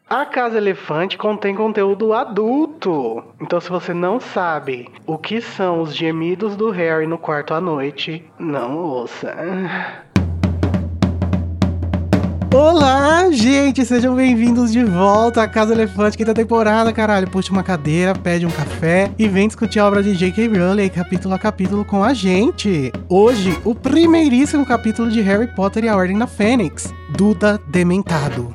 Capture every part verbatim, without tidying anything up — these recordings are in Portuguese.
A Casa Elefante contém conteúdo adulto. Então, se você não sabe o que são os gemidos do Harry no quarto à noite, não ouça. Olá, gente! Sejam bem-vindos de volta à Casa Elefante, quinta temporada, caralho. Puxa uma cadeira, pede um café e vem discutir a obra de J K. Rowling capítulo a capítulo com a gente. Hoje, o primeiríssimo capítulo de Harry Potter e a Ordem da Fênix, Duda Dementado.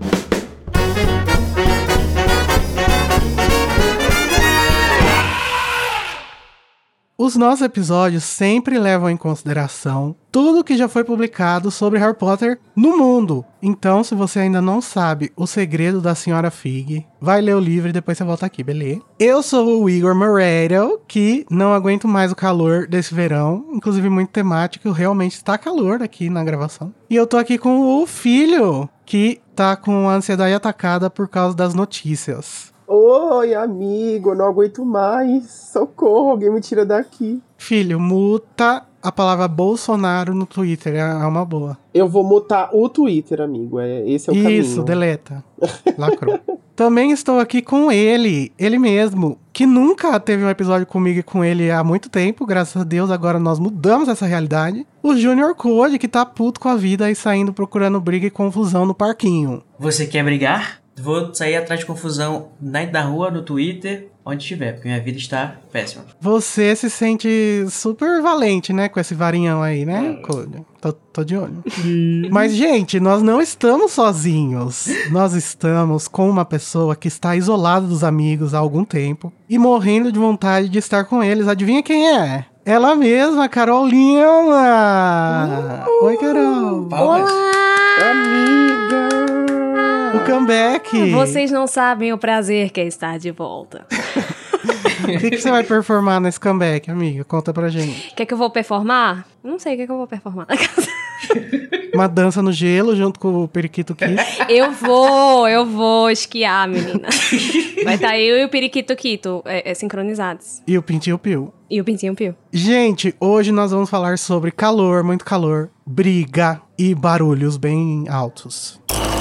Os nossos episódios sempre levam em consideração tudo que já foi publicado sobre Harry Potter no mundo. Então, se você ainda não sabe o segredo da Senhora Fig, vai ler o livro e depois você volta aqui, beleza? Eu sou o Igor Moreiro, que não aguento mais o calor desse verão, inclusive muito temático, realmente está calor aqui na gravação. E eu tô aqui com o filho, que tá com a ansiedade atacada por causa das notícias. Oi, amigo, não aguento mais. Socorro, alguém me tira daqui. Filho, muta a palavra Bolsonaro no Twitter, é uma boa. Eu vou mutar o Twitter, amigo, é, esse é o Isso, caminho. Isso, deleta. Lacrou. Também estou aqui com ele, ele mesmo, que nunca teve um episódio comigo e com ele há muito tempo, graças a Deus, agora nós mudamos essa realidade. O Junior Code, que tá puto com a vida e saindo procurando briga e confusão no parquinho. Você quer brigar? Vou sair atrás de confusão na, na rua, no Twitter, onde estiver, porque minha vida está péssima. Você se sente super valente, né, com esse varinhão aí, né, Code? Tô, tô de olho. Mas, gente, nós não estamos sozinhos. Nós estamos com uma pessoa que está isolada dos amigos há algum tempo e morrendo de vontade de estar com eles. Adivinha quem é? Ela mesma, Carol Lima! Uh, Oi, Carol! Palmas. Olá, amiga! O comeback! Vocês não sabem o prazer que é estar de volta. O que, que você vai performar nesse comeback, amiga? Conta pra gente. Quer que eu vou performar? Não sei o que, que eu vou performar. Uma dança no gelo junto com o Periquito Kiss. Eu vou, eu vou esquiar, menina. Vai estar eu e o Periquito Quito é, é, sincronizados. E o Pintinho Pio. E o Pintinho Pio. Gente, hoje nós vamos falar sobre calor, muito calor, briga e barulhos bem altos.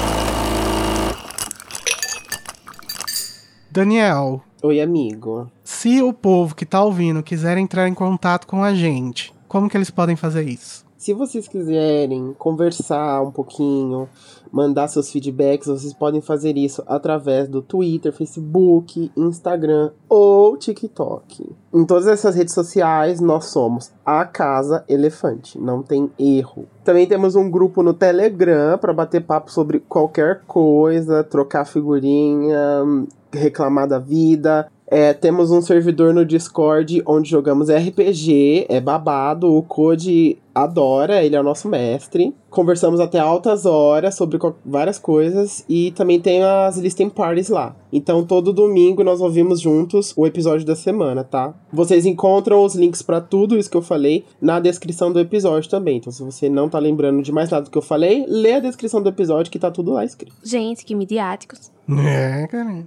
Daniel. Oi, amigo. Se o povo que tá ouvindo quiser entrar em contato com a gente, como que eles podem fazer isso? Se vocês quiserem conversar um pouquinho, mandar seus feedbacks, vocês podem fazer isso através do Twitter, Facebook, Instagram ou TikTok. Em todas essas redes sociais, nós somos a Casa Elefante, não tem erro. Também temos um grupo no Telegram para bater papo sobre qualquer coisa, trocar figurinha, reclamar da vida. É, temos um servidor no Discord onde jogamos R P G, é babado, o Code adora, ele é o nosso mestre. Conversamos até altas horas sobre co- várias coisas e também tem as listening parties lá. Então todo domingo nós ouvimos juntos o episódio da semana, tá? Vocês encontram os links pra tudo isso que eu falei na descrição do episódio também. Então se você não tá lembrando de mais nada do que eu falei, lê a descrição do episódio que tá tudo lá escrito. Gente, que midiáticos. É, cara.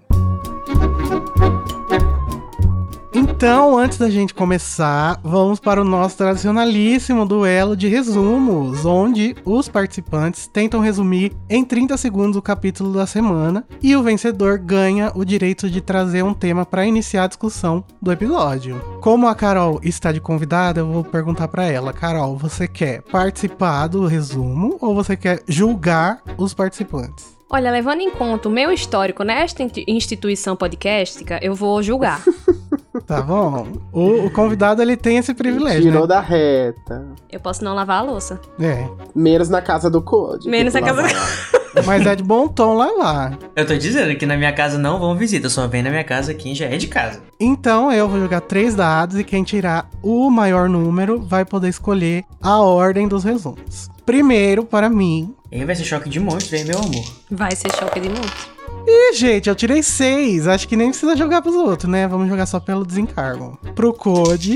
Então, antes da gente começar, vamos para o nosso tradicionalíssimo duelo de resumos, onde os participantes tentam resumir em trinta segundos o capítulo da semana e o vencedor ganha o direito de trazer um tema para iniciar a discussão do episódio. Como a Carol está de convidada, eu vou perguntar para ela: Carol, você quer participar do resumo ou você quer julgar os participantes? Olha, levando em conta o meu histórico nesta instituição podcastica, eu vou julgar. Tá bom. O, o convidado, ele tem esse privilégio, Tirou né? da reta. Eu posso não lavar a louça. É. Menos na casa do Code. Menos na casa do... Mas é de bom tom lavar. Eu tô dizendo que na minha casa não vão visita, só vem na minha casa quem já é de casa. Então eu vou jogar três dados e quem tirar o maior número vai poder escolher a ordem dos resumos. Primeiro, para mim... E aí vai ser choque de monstro, hein, meu amor? Vai ser choque de monstro. Ih, gente, eu tirei seis. Acho que nem precisa jogar pros outros, né? Vamos jogar só pelo desencargo. Pro Code...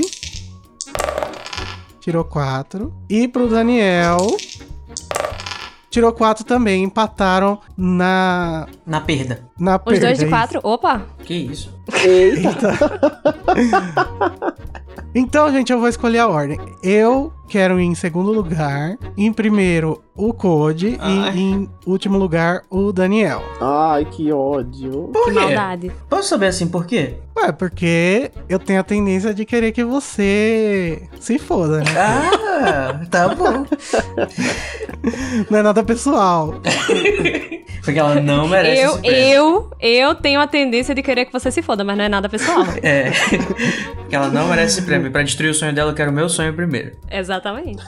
Tirou quatro. E pro Daniel... Tirou quatro também. Empataram na... Na perda. Na Os perda. dois de quatro? Opa! Que isso? Eita! Então, gente, eu vou escolher a ordem. Eu quero em segundo lugar. Em primeiro, o Cody. Ai. E em último lugar, o Daniel. Ai, que ódio. Por Que quê? maldade. Posso saber assim por quê? Ué, porque eu tenho a tendência de querer que você se foda, né? Ah, tá bom. Não é nada pessoal. Porque ela não merece Eu, esse prêmio. eu, eu tenho a tendência de querer que você se foda, mas não é nada pessoal. É. Porque ela não merece esse prêmio. Pra destruir o sonho dela, eu quero o meu sonho primeiro. Exatamente.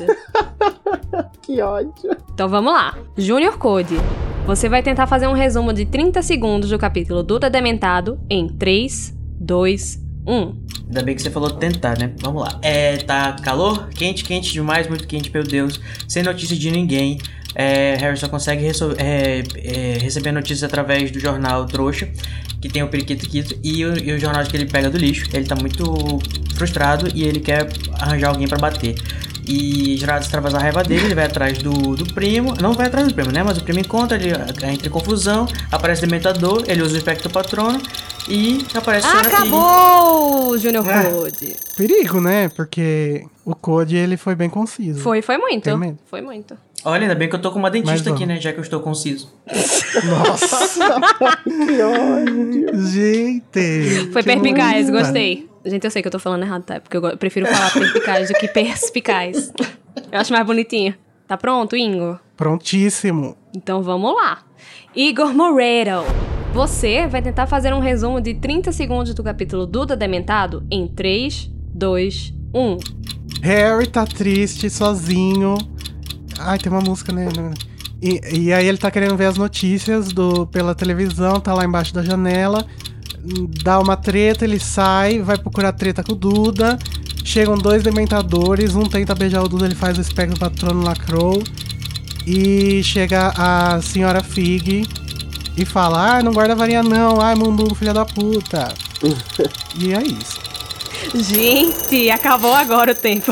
Que ódio. Então vamos lá. Junior Cody, você vai tentar fazer um resumo de trinta segundos do capítulo Duda Dementado em três, dois, um. Ainda bem que você falou tentar, né? Vamos lá. É, tá calor? Quente, quente demais, muito quente, meu Deus. Sem notícia de ninguém. É, Harry só consegue reso- é, é, receber notícias através do jornal Trouxa, que tem o Periquito Quito, e o, e o jornal que ele pega do lixo. Ele tá muito frustrado e ele quer arranjar alguém pra bater. E gerado extravasar a raiva dele, ele vai atrás do, do primo. Não vai atrás do primo, né? Mas o primo encontra, ele entra em confusão, aparece o Dementador, ele usa o espectro patrono e aparece o Senhora Pig. Acabou, Junior Ah. Cody. Perigo, né? Porque o Cody, ele foi bem conciso. Foi, foi muito. Tem medo? Foi muito. Olha, ainda bem que eu tô com uma Mas dentista vamos. aqui, né? Já que eu estou conciso. Nossa, Que ódio. gente. Foi que perspicaz, bonita. gostei. Gente, eu sei que eu tô falando errado, tá? Porque eu go- prefiro falar perspicaz do que perspicaz. Eu acho mais bonitinho. Tá pronto, Ingo? Prontíssimo. Então vamos lá. Igor Moreiro, você vai tentar fazer um resumo de trinta segundos do capítulo Duda Dementado em três, dois, um. Harry tá triste, sozinho. Ai, tem uma música, né? E, e aí ele tá querendo ver as notícias do, pela televisão, tá lá embaixo da janela. Dá uma treta, ele sai, vai procurar treta com o Duda. Chegam dois dementadores, um tenta beijar o Duda, ele faz o espectro patrono lacrou. E chega a senhora Fig e fala: ah, não guarda varinha não, ai, Mundu, filha da puta. E é isso. Gente, acabou agora o tempo.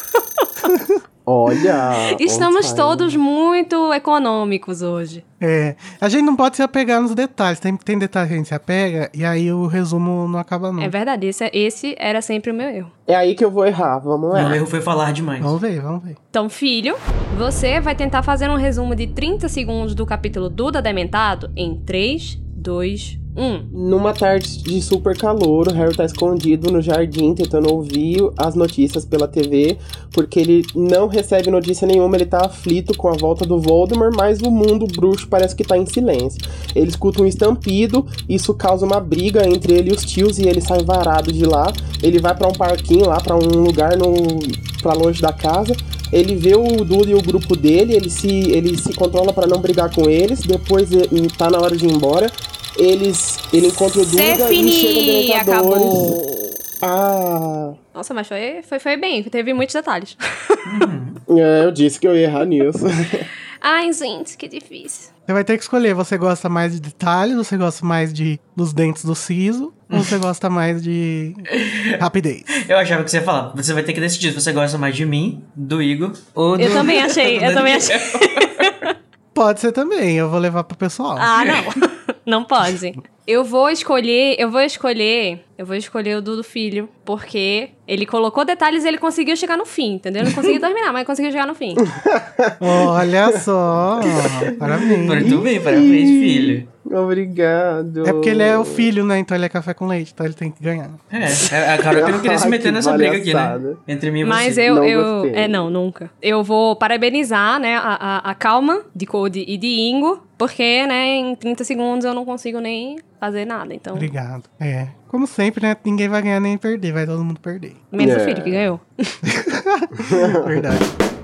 Olha. Estamos on time. todos muito econômicos hoje. É, a gente não pode se apegar nos detalhes. Tem, tem detalhes que a gente se apega e aí o resumo não acaba não. É verdade, esse, esse era sempre o meu erro. É aí que eu vou errar, vamos Meu lá. erro foi falar demais. Vamos ver, vamos ver. Então, filho, você vai tentar fazer um resumo de trinta segundos do capítulo Duda Dementado em três, dois, um. Numa tarde de super calor, o Harry tá escondido no jardim, tentando ouvir as notícias pela T V, porque ele não recebe notícia nenhuma, ele tá aflito com a volta do Voldemort, mas o mundo bruxo parece que tá em silêncio. Ele escuta um estampido, isso causa uma briga entre ele e os tios, e ele sai varado de lá. Ele vai pra um parquinho lá, pra um lugar no, pra longe da casa. Ele vê o Duda e o grupo dele, ele se, ele se controla pra não brigar com eles, depois ele, tá na hora de ir embora. Eles, ele encontra o Duda e chega Stephanie, dementadores. acabou. Ah, Nossa, mas foi, foi, foi bem, teve muitos detalhes. é, eu disse que eu ia errar nisso. Ai, gente, que difícil. Você vai ter que escolher, você gosta mais de detalhes, você gosta mais de dos dentes do siso, ou você gosta mais de rapidez? Eu achava que você ia falar. Você vai ter que decidir se você gosta mais de mim, do Igor ou do... Eu também achei, do eu também Daniel. achei. Pode ser também, eu vou levar pro pessoal. Ah, não. Não pode. Eu vou escolher, eu vou escolher, eu vou escolher o Dudu Filho, porque ele colocou detalhes e ele conseguiu chegar no fim, entendeu? Não conseguiu terminar, mas conseguiu chegar no fim. Olha só, parabéns. Muito bem, parabéns, filho. Obrigado. É porque ele é o filho, né? Então ele é café com leite, então ele tem que ganhar. É, a Carol que não queria se Ai, meter que nessa briga aqui, né? palhaçada. Entre mim e Mas você. eu, Não eu gostei. é não, nunca. Eu vou parabenizar, né, a, a, a calma de Cody e de Ingo, porque, né, em trinta segundos eu não consigo nem fazer nada, então, Obrigado. É, como sempre, né? Ninguém vai ganhar nem perder, vai todo mundo perder. menos É. o filho que ganhou. Verdade.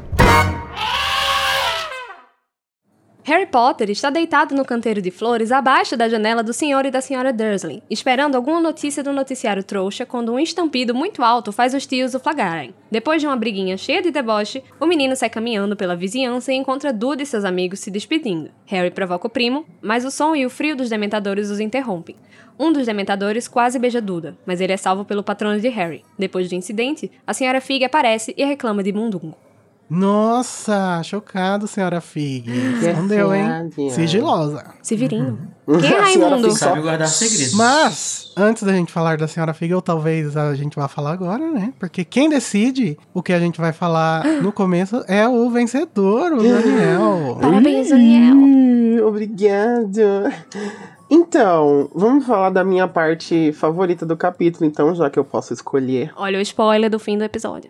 Harry Potter está deitado no canteiro de flores abaixo da janela do senhor e da senhora Dursley, esperando alguma notícia do noticiário trouxa quando um estampido muito alto faz os tios o flagrarem. Depois de uma briguinha cheia de deboche, o menino sai caminhando pela vizinhança e encontra Duda e seus amigos se despedindo. Harry provoca o primo, mas o som e o frio dos dementadores os interrompem. Um dos dementadores quase beija Duda, mas ele é salvo pelo patrono de Harry. Depois do incidente, a senhora Fig aparece e reclama de Mundungo. Nossa, chocado, senhora Fig. Escondeu, hein? Verdade. Sigilosa. Severino. Quem é A senhora Raimundo? Fig só- Sabe guardar segredos. Mas, antes da gente falar da senhora Fig, ou talvez a gente vá falar agora, né? Porque quem decide o que a gente vai falar no começo é o vencedor, o Daniel. Parabéns, Daniel. Ih, obrigado. Então, vamos falar da minha parte favorita do capítulo, então, já que eu posso escolher. Olha o spoiler do fim do episódio.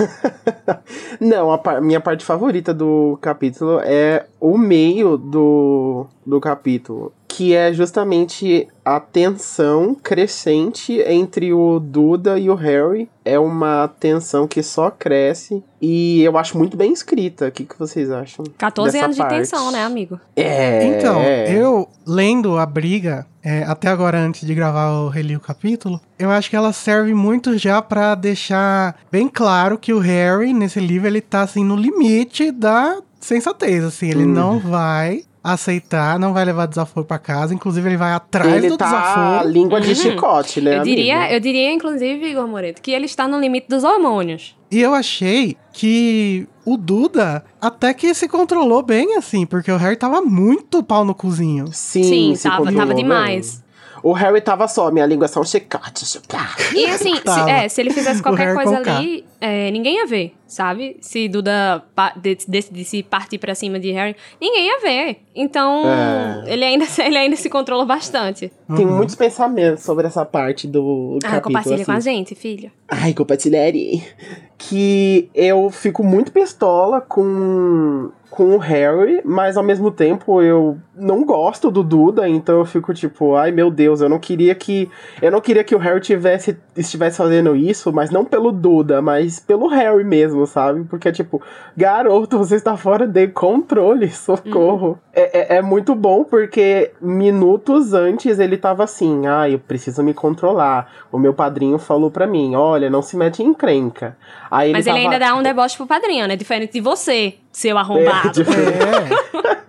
Não, a par- minha parte favorita do capítulo é o meio do, do capítulo, que é justamente a tensão crescente entre o Duda e o Harry. É uma tensão que só cresce e eu acho muito bem escrita. O que, que vocês acham? catorze dessa anos parte? de tensão, né, amigo? É. Então, eu lendo a briga, é, até agora antes de gravar o reli o capítulo, eu acho que ela serve muito já pra deixar bem claro que o Harry, nesse livro, ele tá assim no limite da sensatez, assim, ele Uhum. não vai aceitar, não vai levar desaforo pra casa, inclusive ele vai atrás Ele do tá desaforo. língua de Uhum. chicote, né, Eu diria, amigo? eu diria, inclusive, Igor Moreto, que ele está no limite dos hormônios. E eu achei que o Duda até que se controlou bem, assim, porque o Harry tava muito pau no cozinho. Sim, Sim, se tava, controlou tava bem. demais. O Harry tava só, minha língua é só um chicote. chicote. E assim, se, Tava. é, se ele fizesse O qualquer Harry coisa com K. ali, é, ninguém ia ver, sabe? Se Duda pa- de- decidisse partir pra cima de Harry, ninguém ia ver. Então, É. ele, ainda, ele ainda se controla bastante. Tenho Uhum. muitos pensamentos sobre essa parte do Ah, capítulo. compartilha assim. com a gente, filho. Ai, compartilharei. Que eu fico muito pistola com, com o Harry, mas ao mesmo tempo eu não gosto do Duda, então eu fico tipo, ai meu Deus, eu não queria que. Eu não queria que o Harry tivesse, estivesse fazendo isso, mas não pelo Duda, mas pelo Harry mesmo, sabe? Porque é tipo, garoto, você está fora de controle, socorro. É, é, é muito bom porque minutos antes ele tava assim, ah, eu preciso me controlar. O meu padrinho falou pra mim, olha, não se mete em encrenca. Aí ele Mas ele tava- ainda dá um deboche pro padrinho, né? Diferente de você, seu arrombado. É, diferente.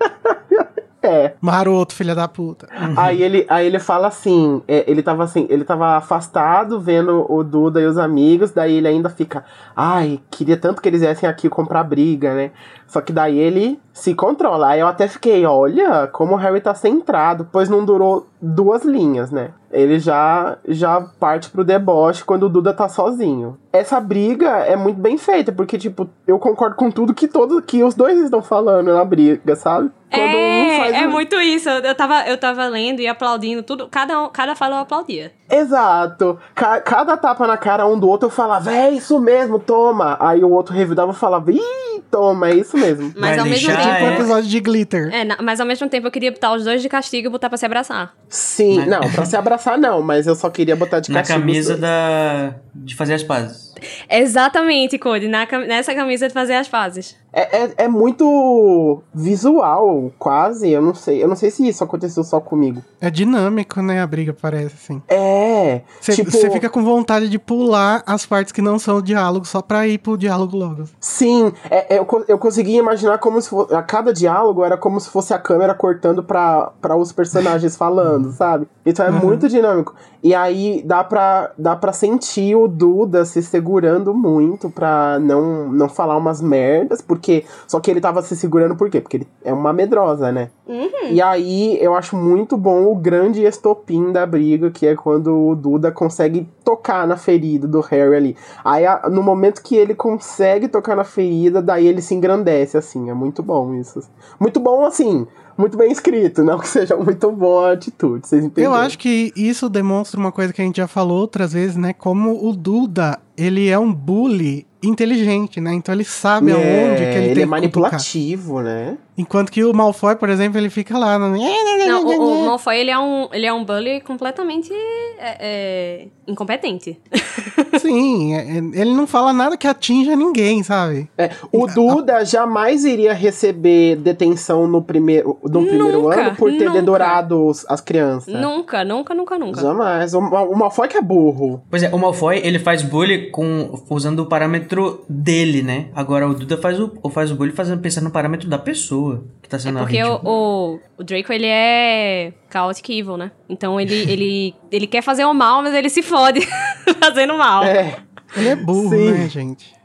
É, É. maroto, filha da puta. Uhum. Aí ele, aí ele fala assim, é, ele tava assim, ele tava afastado vendo o Duda e os amigos, daí ele ainda fica, ai, queria tanto que eles viessem aqui comprar briga, né? Só que daí ele se controla. Aí eu até fiquei, olha, como o Harry tá centrado, pois não durou duas linhas, né? Ele já, já parte pro deboche quando o Duda tá sozinho. Essa briga é muito bem feita, porque, tipo, eu concordo com tudo que, todo, que os dois estão falando na briga, sabe? Quando um faz É, é um- muito isso. Eu tava, eu tava lendo e aplaudindo tudo. Cada, um- cada fala eu aplaudia. Exato. Ca- cada tapa na cara um do outro eu falava, é isso mesmo, toma. Aí o outro revidava e falava, ih, toma, é isso mesmo. Mas Vai ao mesmo deixar, tempo. Um é. episódio de Glitter. É, na- mas ao mesmo tempo eu queria botar os dois de castigo e botar pra se abraçar. Sim, Mas- não, pra se abraçar não, mas eu só queria botar de Na castigo. camisa os dois. da... de fazer as pazes. Exatamente, Cody. Na, cam- nessa camisa de fazer as fases. É, é, é muito visual, quase. Eu não sei. Eu não sei se isso aconteceu só comigo. É dinâmico, né, a briga, parece, assim. É. Você tipo, fica com vontade de pular as partes que não são diálogo, só pra ir pro diálogo logo. Sim, é, é, eu, co- eu conseguia imaginar como se fosse. A cada diálogo era como se fosse a câmera cortando pra, pra os personagens falando, sabe? Então é Uhum. muito dinâmico. E aí dá pra, dá pra sentir o Duda se segurando muito pra não, não falar umas merdas, porque. Só que ele tava se segurando por quê? Porque ele é uma medrosa, né? E aí eu acho muito bom o grande estopim da briga, que é quando o Duda consegue tocar na ferida do Harry ali. Aí a- no momento que ele consegue tocar na ferida, daí ele se engrandece, assim. É muito bom isso. Muito bom, assim, muito bem escrito, não que seja muito boa a atitude, vocês entenderam? Eu acho que isso demonstra uma coisa que a gente já falou outras vezes, né? Como o Duda, ele é um bully inteligente, né? Então ele sabe É, aonde que ele, ele tem é que cutucar. manipulativo, né? Enquanto que o Malfoy, por exemplo, ele fica lá... No... Não, o, o Malfoy, ele é um, ele é um bully completamente é, é, incompetente. Sim, é- é- ele não fala nada que atinja ninguém, sabe? É, o Duda jamais iria receber detenção no primeiro, no primeiro Nunca, ano por ter nunca. dedurado os- as crianças. Nunca, nunca, nunca, nunca. Jamais. O, o Malfoy que é burro. Pois é, o Malfoy, ele faz bullying com, usando o parâmetro dele, né? Agora o Duda faz o, faz o bullying fazendo, pensando no parâmetro da pessoa que tá É sendo porque a o, vítima. o, o Draco, ele é chaotic evil, né? Então ele, ele, ele quer fazer o mal, mas ele se fode fazendo mal. É. Ele é burro, Sim. né, gente?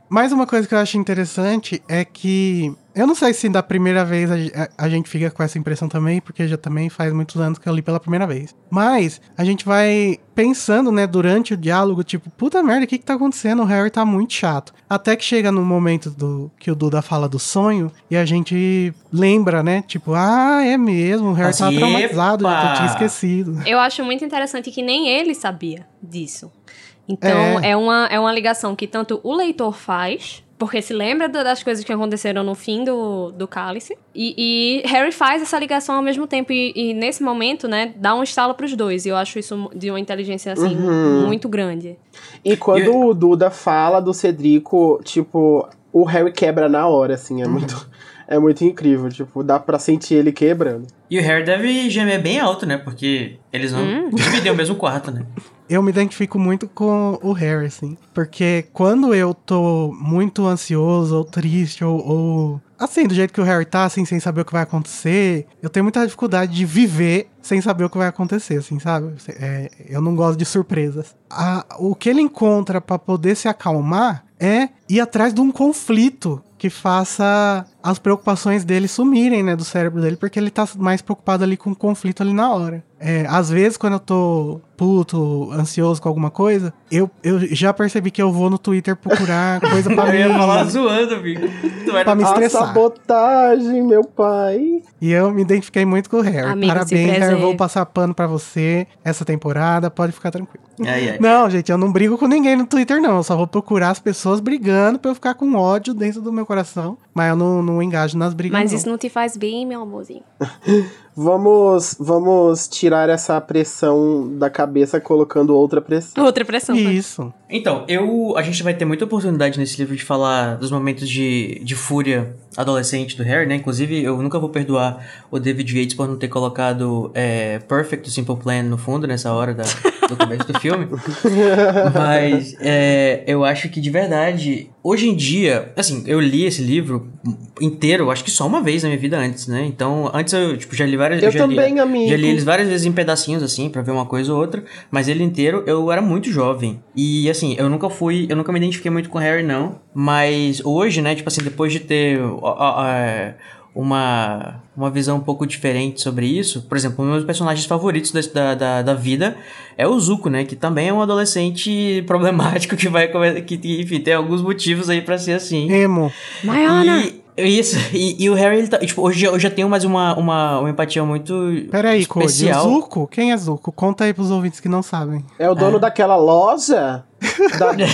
mais uma coisa que eu acho interessante é que... Eu não sei se da primeira vez a, a, a gente fica com essa impressão também, porque já também faz muitos anos que eu li pela primeira vez. Mas a gente vai pensando, né, durante o diálogo, tipo, puta merda, o que que tá acontecendo? O Harry tá muito chato. Até que chega no momento do que o Duda fala do sonho, e a gente lembra, né, tipo, ah, é mesmo, o Harry Assim, tava traumatizado, epa! já tinha esquecido. Eu acho muito interessante que nem ele sabia disso. Então, é, É. é, uma, é uma ligação que tanto o leitor faz, porque se lembra das coisas que aconteceram no fim do, do Cálice, e, e Harry faz essa ligação ao mesmo tempo, e, e nesse momento, né, dá um estalo pros dois, e eu acho isso de uma inteligência, assim, Uhum. muito grande. E quando E- o Duda fala do Cedrico, tipo, o Harry quebra na hora, assim, é muito... É muito incrível, tipo, dá pra sentir ele quebrando. E o Harry deve gemer bem alto, né? Porque eles não Hum. dividem o mesmo quarto, né? Eu me identifico muito com o Harry, assim. Porque quando eu tô muito ansioso, ou triste, ou, ou... Assim, do jeito que o Harry tá, assim, sem saber o que vai acontecer, eu tenho muita dificuldade de viver sem saber o que vai acontecer, assim, sabe? É, eu não gosto de surpresas. A, o que ele encontra pra poder se acalmar é ir atrás de um conflito que faça as preocupações dele sumirem, né, do cérebro dele, porque ele tá mais preocupado ali com o conflito ali na hora. É, às vezes, quando eu tô puto, ansioso com alguma coisa, eu, eu já percebi que eu vou no Twitter procurar coisa pra Eu ia falar mim, zoando, amigo. Tu vai pra me A estressar. sabotagem, meu pai. E eu me identifiquei muito com o Harry. Amigo, se Parabéns, Harry, preserve. vou passar pano pra você essa temporada, pode ficar tranquilo. Ai, ai. Não, gente, eu não brigo com ninguém no Twitter, não. Eu só vou procurar as pessoas brigando pra eu ficar com ódio dentro do meu coração. Mas eu não, não engajo nas brigas, Mas não. isso não te faz bem, meu amorzinho. Vamos, vamos tirar essa pressão da cabeça colocando outra pressão. Outra pressão. né? Isso. Então, eu, a gente vai ter muita oportunidade nesse livro de falar dos momentos de, de fúria adolescente do Harry, né? Inclusive, eu nunca vou perdoar o David Yates por não ter colocado é, Perfect Simple Plan no fundo nessa hora da, do começo do filme. Mas é, eu acho que, de verdade, hoje em dia, assim, eu li esse livro inteiro, acho que só uma vez na minha vida antes, né? Então, antes eu, tipo, já li várias... Eu já também, li, amigo. Já li eles várias vezes em pedacinhos, assim, pra ver uma coisa ou outra, mas ele inteiro eu era muito jovem. E, assim, eu nunca fui... Eu nunca me identifiquei muito com o Harry, não. Mas hoje, né, tipo assim, depois de ter... ó, ó, é, uma, uma visão um pouco diferente sobre isso. Por exemplo, um dos meus personagens favoritos da, da, da vida é o Zuko, né? Que também é um adolescente problemático que vai... Que, enfim, tem alguns motivos aí pra ser assim. Emo. Maiana! E, isso, e, e o Harry, ele tá, tipo, hoje eu já tenho mais uma, uma, uma empatia muito Peraí, Cody, o especial. Zuko? Quem é Zuko? Conta aí pros ouvintes que não sabem. É o dono daquela loja? Da- da-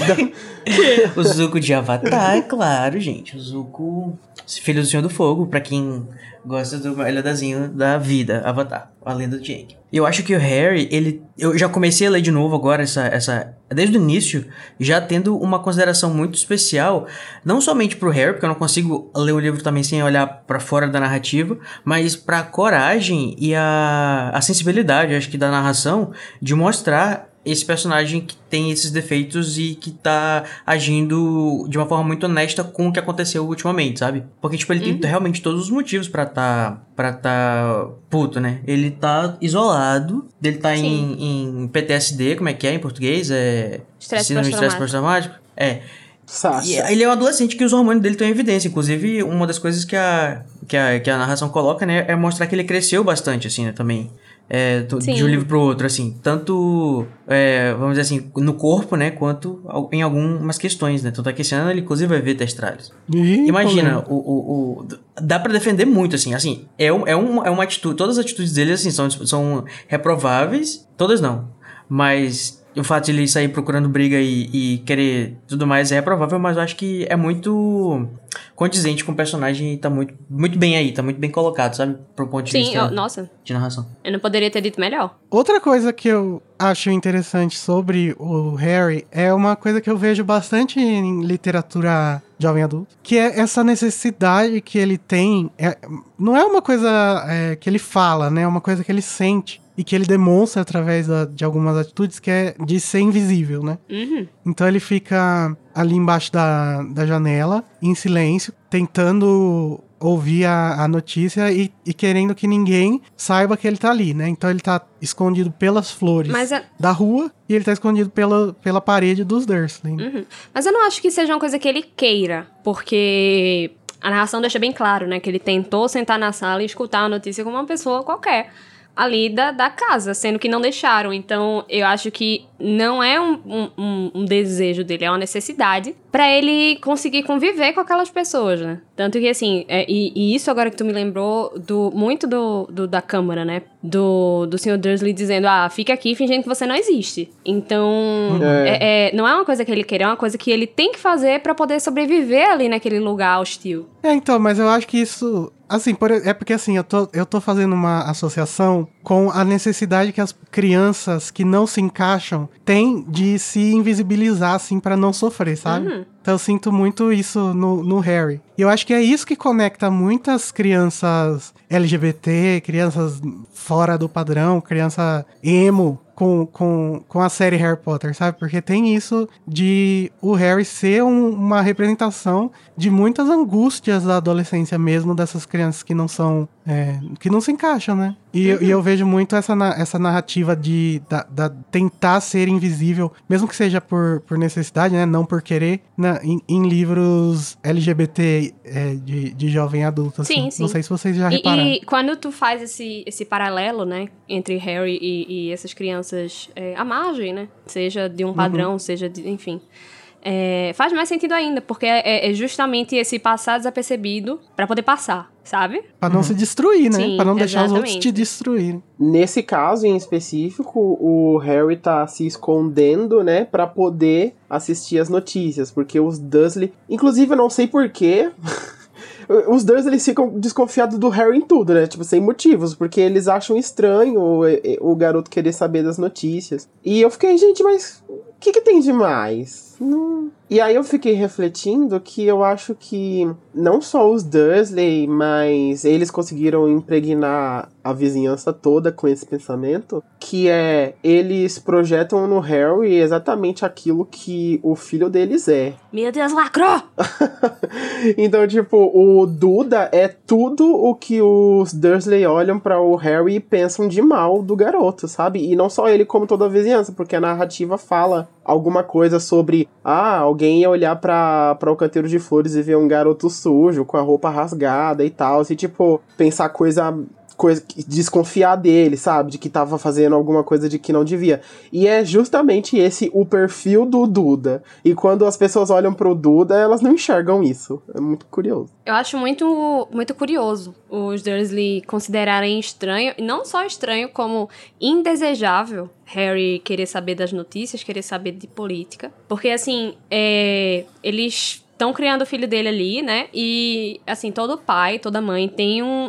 O Zuko de Avatar, claro, gente. O Zuko, filho do Senhor do Fogo, pra quem gosta do melhorzinho da vida, Avatar, a lenda do Jake. E eu acho que o Harry, ele... Eu já comecei a ler de novo agora, essa, essa, desde o início, já tendo uma consideração muito especial, não somente pro Harry, porque eu não consigo ler o livro também sem olhar pra fora da narrativa, mas pra coragem e a, a sensibilidade, acho que, da narração, de mostrar esse personagem que tem esses defeitos e que tá agindo de uma forma muito honesta com o que aconteceu ultimamente, sabe? Porque, tipo, ele Uhum. tem realmente todos os motivos pra tá, pra tá puto, né? Ele tá isolado, ele tá Sim. em, em P T S D, como é que é em português? É... Estresse Síndrome de estresse pós-traumático. pós-traumático? É. Sasha. E ele é um adolescente que os hormônios dele estão em evidência. Inclusive, uma das coisas que a, que a, que a narração coloca, né, é mostrar que ele cresceu bastante, assim, né, também. É, do- Sim. de um livro pro outro, assim. Tanto, é, vamos dizer assim, no corpo, né, quanto ao- em algumas questões, né. Tanto é que esse ano ele, inclusive, vai ver testralhos. Ih, Imagina, polêmica. o, o, o- dá pra defender muito, assim, assim, é, um, é, um, é uma atitude, todas as atitudes dele, assim, são, são reprováveis, todas não, mas o fato de ele sair procurando briga e, e querer tudo mais é reprovável, mas eu acho que é muito condizente com o personagem e tá muito, muito bem aí, tá muito bem colocado, sabe, pro ponto de Sim, vista eu- nossa, de narração. eu não poderia ter dito melhor. Outra coisa que eu acho interessante sobre o Harry é uma coisa que eu vejo bastante em literatura jovem adulto, que é essa necessidade que ele tem. É, não é uma coisa é, que ele fala, né? É uma coisa que ele sente e que ele demonstra através da- de algumas atitudes, que é de ser invisível, né? Uhum. Então ele fica ali embaixo da, da janela, em silêncio, tentando ouvir a, a notícia e, e querendo que ninguém saiba que ele tá ali, né? Então ele tá escondido pelas flores Mas é- da rua e ele tá escondido pela, pela parede dos Dursley. Uhum. Mas eu não acho que seja uma coisa que ele queira, porque a narração deixa bem claro, né? Que ele tentou sentar na sala e escutar a notícia como uma pessoa qualquer ali da, da casa, sendo que não deixaram. Então, eu acho que não é um, um, um desejo dele, é uma necessidade pra ele conseguir conviver com aquelas pessoas, né? Tanto que, assim, é, e, e isso agora que tu me lembrou do, muito do, do, da Câmara, né? Do, do senhor Dursley dizendo, ah, fica aqui fingindo que você não existe. Então, é. É, é, não é uma coisa que ele quer, é uma coisa que ele tem que fazer pra poder sobreviver ali naquele lugar hostil. É, então, mas eu acho que isso... Assim, por, é porque assim, eu tô, eu tô fazendo uma associação com a necessidade que as crianças que não se encaixam têm de se invisibilizar, assim, pra não sofrer, sabe? Uhum. Então eu sinto muito isso no, no Harry. E eu acho que é isso que conecta muitas crianças L G B T, crianças fora do padrão, criança emo, com, com, com a série Harry Potter, sabe? Porque tem isso de o Harry ser um, uma representação de muitas angústias da adolescência mesmo, dessas crianças que não são... É, que não se encaixam, né? E, uhum. e eu vejo muito essa, essa narrativa de da, da tentar ser invisível, mesmo que seja por, por necessidade, né? Não por querer, né? em, em livros L G B T é, de, de jovem adulto. Assim. Sim, sim. Não sei se vocês já repararam. E, e quando tu faz esse, esse paralelo, né? Entre Harry e, e essas crianças é, à margem, né? Seja de um padrão, uhum. seja de... Enfim... É, faz mais sentido ainda, porque é, é justamente esse passar desapercebido pra poder passar, sabe? Pra não uhum. se destruir, né? Sim, pra não deixar exatamente. os outros te destruírem. Nesse caso em específico, o Harry tá se escondendo, né? Pra poder assistir as notícias, porque os Dursley... Inclusive, eu não sei porquê... Os Dursley ficam desconfiados do Harry em tudo, né? Tipo, sem motivos, porque eles acham estranho o, o garoto querer saber das notícias. E eu fiquei, gente, mas o que que tem de mais? Não... E aí eu fiquei refletindo que eu acho que não só os Dursley, mas eles conseguiram impregnar a vizinhança toda com esse pensamento, que é, eles projetam no Harry exatamente aquilo que o filho deles é. Meu Deus, lacrou! Então, tipo, o Duda é tudo o que os Dursley olham para o Harry e pensam de mal do garoto, sabe? E não só ele, como toda a vizinhança, porque a narrativa fala alguma coisa sobre, ah, alguém ia olhar pra, pra o canteiro de flores e ver um garoto sujo, com a roupa rasgada e tal, e tipo, pensar coisa... coisa, desconfiar dele, sabe? De que tava fazendo alguma coisa de que não devia. E é justamente esse o perfil do Duda. E quando as pessoas olham pro Duda, elas não enxergam isso. É muito curioso. Eu acho muito, muito curioso os Dursley considerarem estranho, e não só estranho, como indesejável Harry querer saber das notícias, querer saber de política. Porque, assim, é, eles... estão criando o filho dele ali, né? E, assim, todo pai, toda mãe tem um,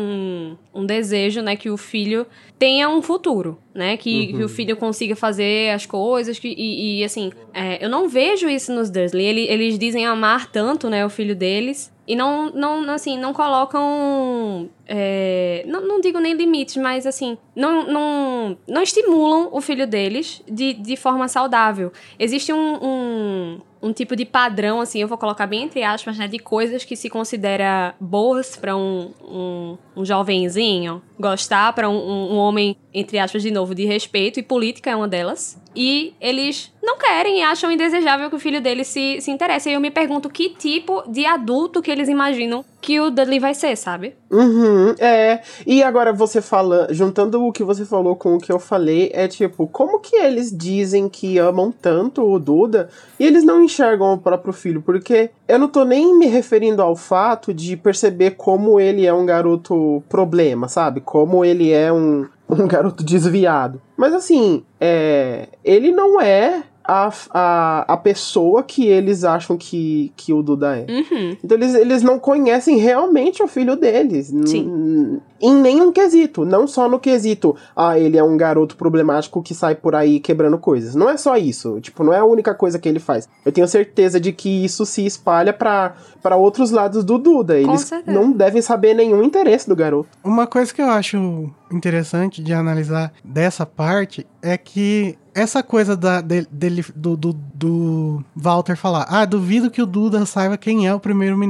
um, um desejo, né? Que o filho tenha um futuro, né? Que, uhum. que o filho consiga fazer as coisas. Que, e, e assim, é, eu não vejo isso nos Dursley. Eles, eles dizem amar tanto, né? O filho deles. E não, não, assim, não colocam... É, não, não digo nem limites, mas, assim... Não, não, não estimulam o filho deles de, de forma saudável. Existe um... um um tipo de padrão, assim, eu vou colocar bem entre aspas, né, de coisas que se considera boas pra um, um, um jovenzinho gostar, pra um, um, um homem, entre aspas, de novo, de respeito, e política é uma delas. E eles não querem e acham indesejável que o filho deles se, se interesse. E eu me pergunto que tipo de adulto que eles imaginam que o Dudley vai ser, sabe? Uhum, é. E agora você fala, juntando o que você falou com o que eu falei, é tipo, como que eles dizem que amam tanto o Duda e eles não enxergam o próprio filho? Porque eu não tô nem me referindo ao fato de perceber como ele é um garoto problema, sabe? Como ele é um, um garoto desviado. Mas assim, é, ele não é a, a, a pessoa que eles acham que, que o Duda é. Uhum. Então eles, eles não conhecem realmente o filho deles. Sim. N- em nenhum quesito. Não só no quesito, ah, ele é um garoto problemático que sai por aí quebrando coisas. Não é só isso. Tipo, não é a única coisa que ele faz. Eu tenho certeza de que isso se espalha pra, pra outros lados do Duda. Eles não devem saber nenhum interesse do garoto. Uma coisa que eu acho interessante de analisar dessa parte é que essa coisa da, de, dele, do, do, do Walter falar, ah, duvido que o Duda saiba quem é o primeiro-ministro.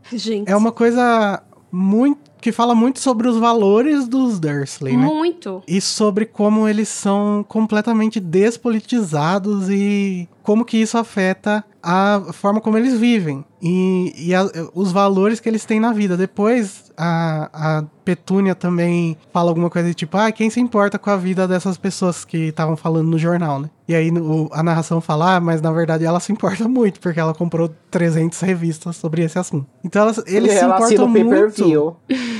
Gente. É uma coisa muito que fala muito sobre os valores dos Dursley, né? Muito. E sobre como eles são completamente despolitizados e como que isso afeta a forma como eles vivem e, e a, os valores que eles têm na vida. Depois, a, a Petúnia também fala alguma coisa de tipo, ah, quem se importa com a vida dessas pessoas que estavam falando no jornal, né? E aí no, a narração fala, ah, mas na verdade ela se importa muito, porque ela comprou trezentas revistas sobre esse assunto. Então elas, eles se importam muito.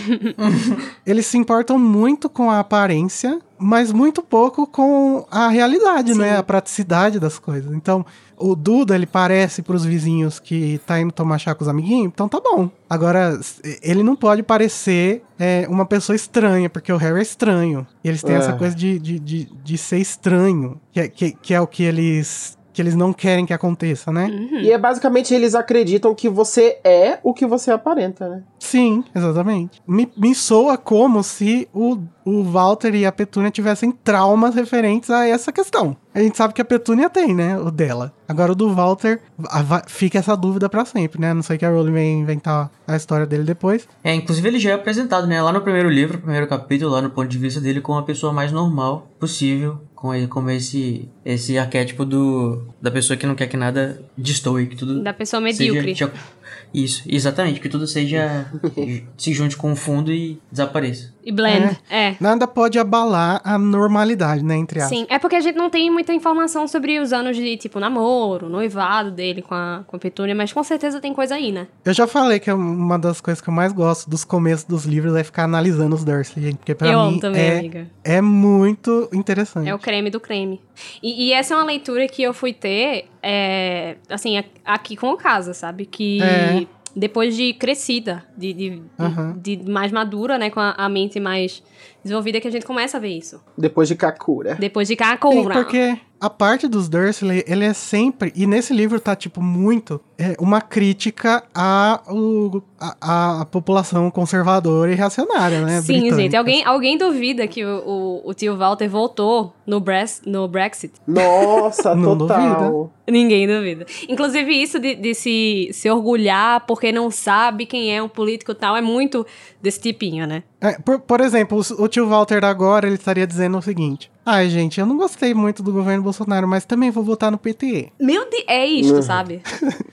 Eles se importam muito com a aparência, mas muito pouco com a realidade, Sim. né? A praticidade das coisas. Então, o Duda, ele parece pros vizinhos que tá indo tomar chá com os amiguinhos, então tá bom. Agora, ele não pode parecer é, uma pessoa estranha, porque o Harry é estranho. E eles têm É. essa coisa de, de, de, de ser estranho, que é, que, que é o que eles... que eles não querem que aconteça, né? Uhum. E é basicamente eles acreditam que você é o que você aparenta, né? Sim, exatamente. Me, me soa como se o, o Walter e a Petúnia tivessem traumas referentes a essa questão. A gente sabe que a Petúnia tem, né? O dela. Agora o do Walter, a, va- fica essa dúvida pra sempre, né? A não sei que a Rowling venha inventar a história dele depois. É, inclusive ele já é apresentado, né? Lá no primeiro livro, primeiro capítulo, lá no ponto de vista dele, como a pessoa mais normal possível. Com ele, como esse, esse arquétipo do, da pessoa que não quer que nada destoe, que tudo... Da pessoa medíocre. Seja, isso, exatamente, que tudo seja... se junte com o fundo e desapareça. E blend, é. Nada pode abalar a normalidade, né? Entre aspas. Sim, é porque a gente não tem muita informação sobre os anos de, tipo, namoro, noivado dele com a, com a Petúnia, mas com certeza tem coisa aí, né? Eu já falei que é uma das coisas que eu mais gosto dos começos dos livros é ficar analisando os Dursley, gente, porque pra Eu mim amo também, é, amiga. é muito interessante. É o creme do creme. E, e essa é uma leitura que eu fui ter, é, assim, a- aqui com o Casa, sabe? Que É. depois de crescida, de, de, Aham. de, de mais madura, né? Com a, a mente mais desenvolvida, que a gente começa a ver isso. Depois de Kakura. Depois de Sim, Kakura. porque a parte dos Dursley, ele é sempre, e nesse livro tá, tipo, muito, é, uma crítica à, o, à, à população conservadora e reacionária, né? Sim, britânica. gente. Alguém, alguém duvida que o, o, o tio Walter voltou no, Bres- no Brexit? Nossa, Não total. Ninguém duvida. Inclusive, isso de, de se, se orgulhar porque não sabe quem é um político e tal, é muito desse tipinho, né? É, por, por exemplo, o, o tio Walter agora, ele estaria dizendo o seguinte, ai, gente, eu não gostei muito do governo Bolsonaro, mas também vou votar no P T. Meu Deus, é isto, sabe?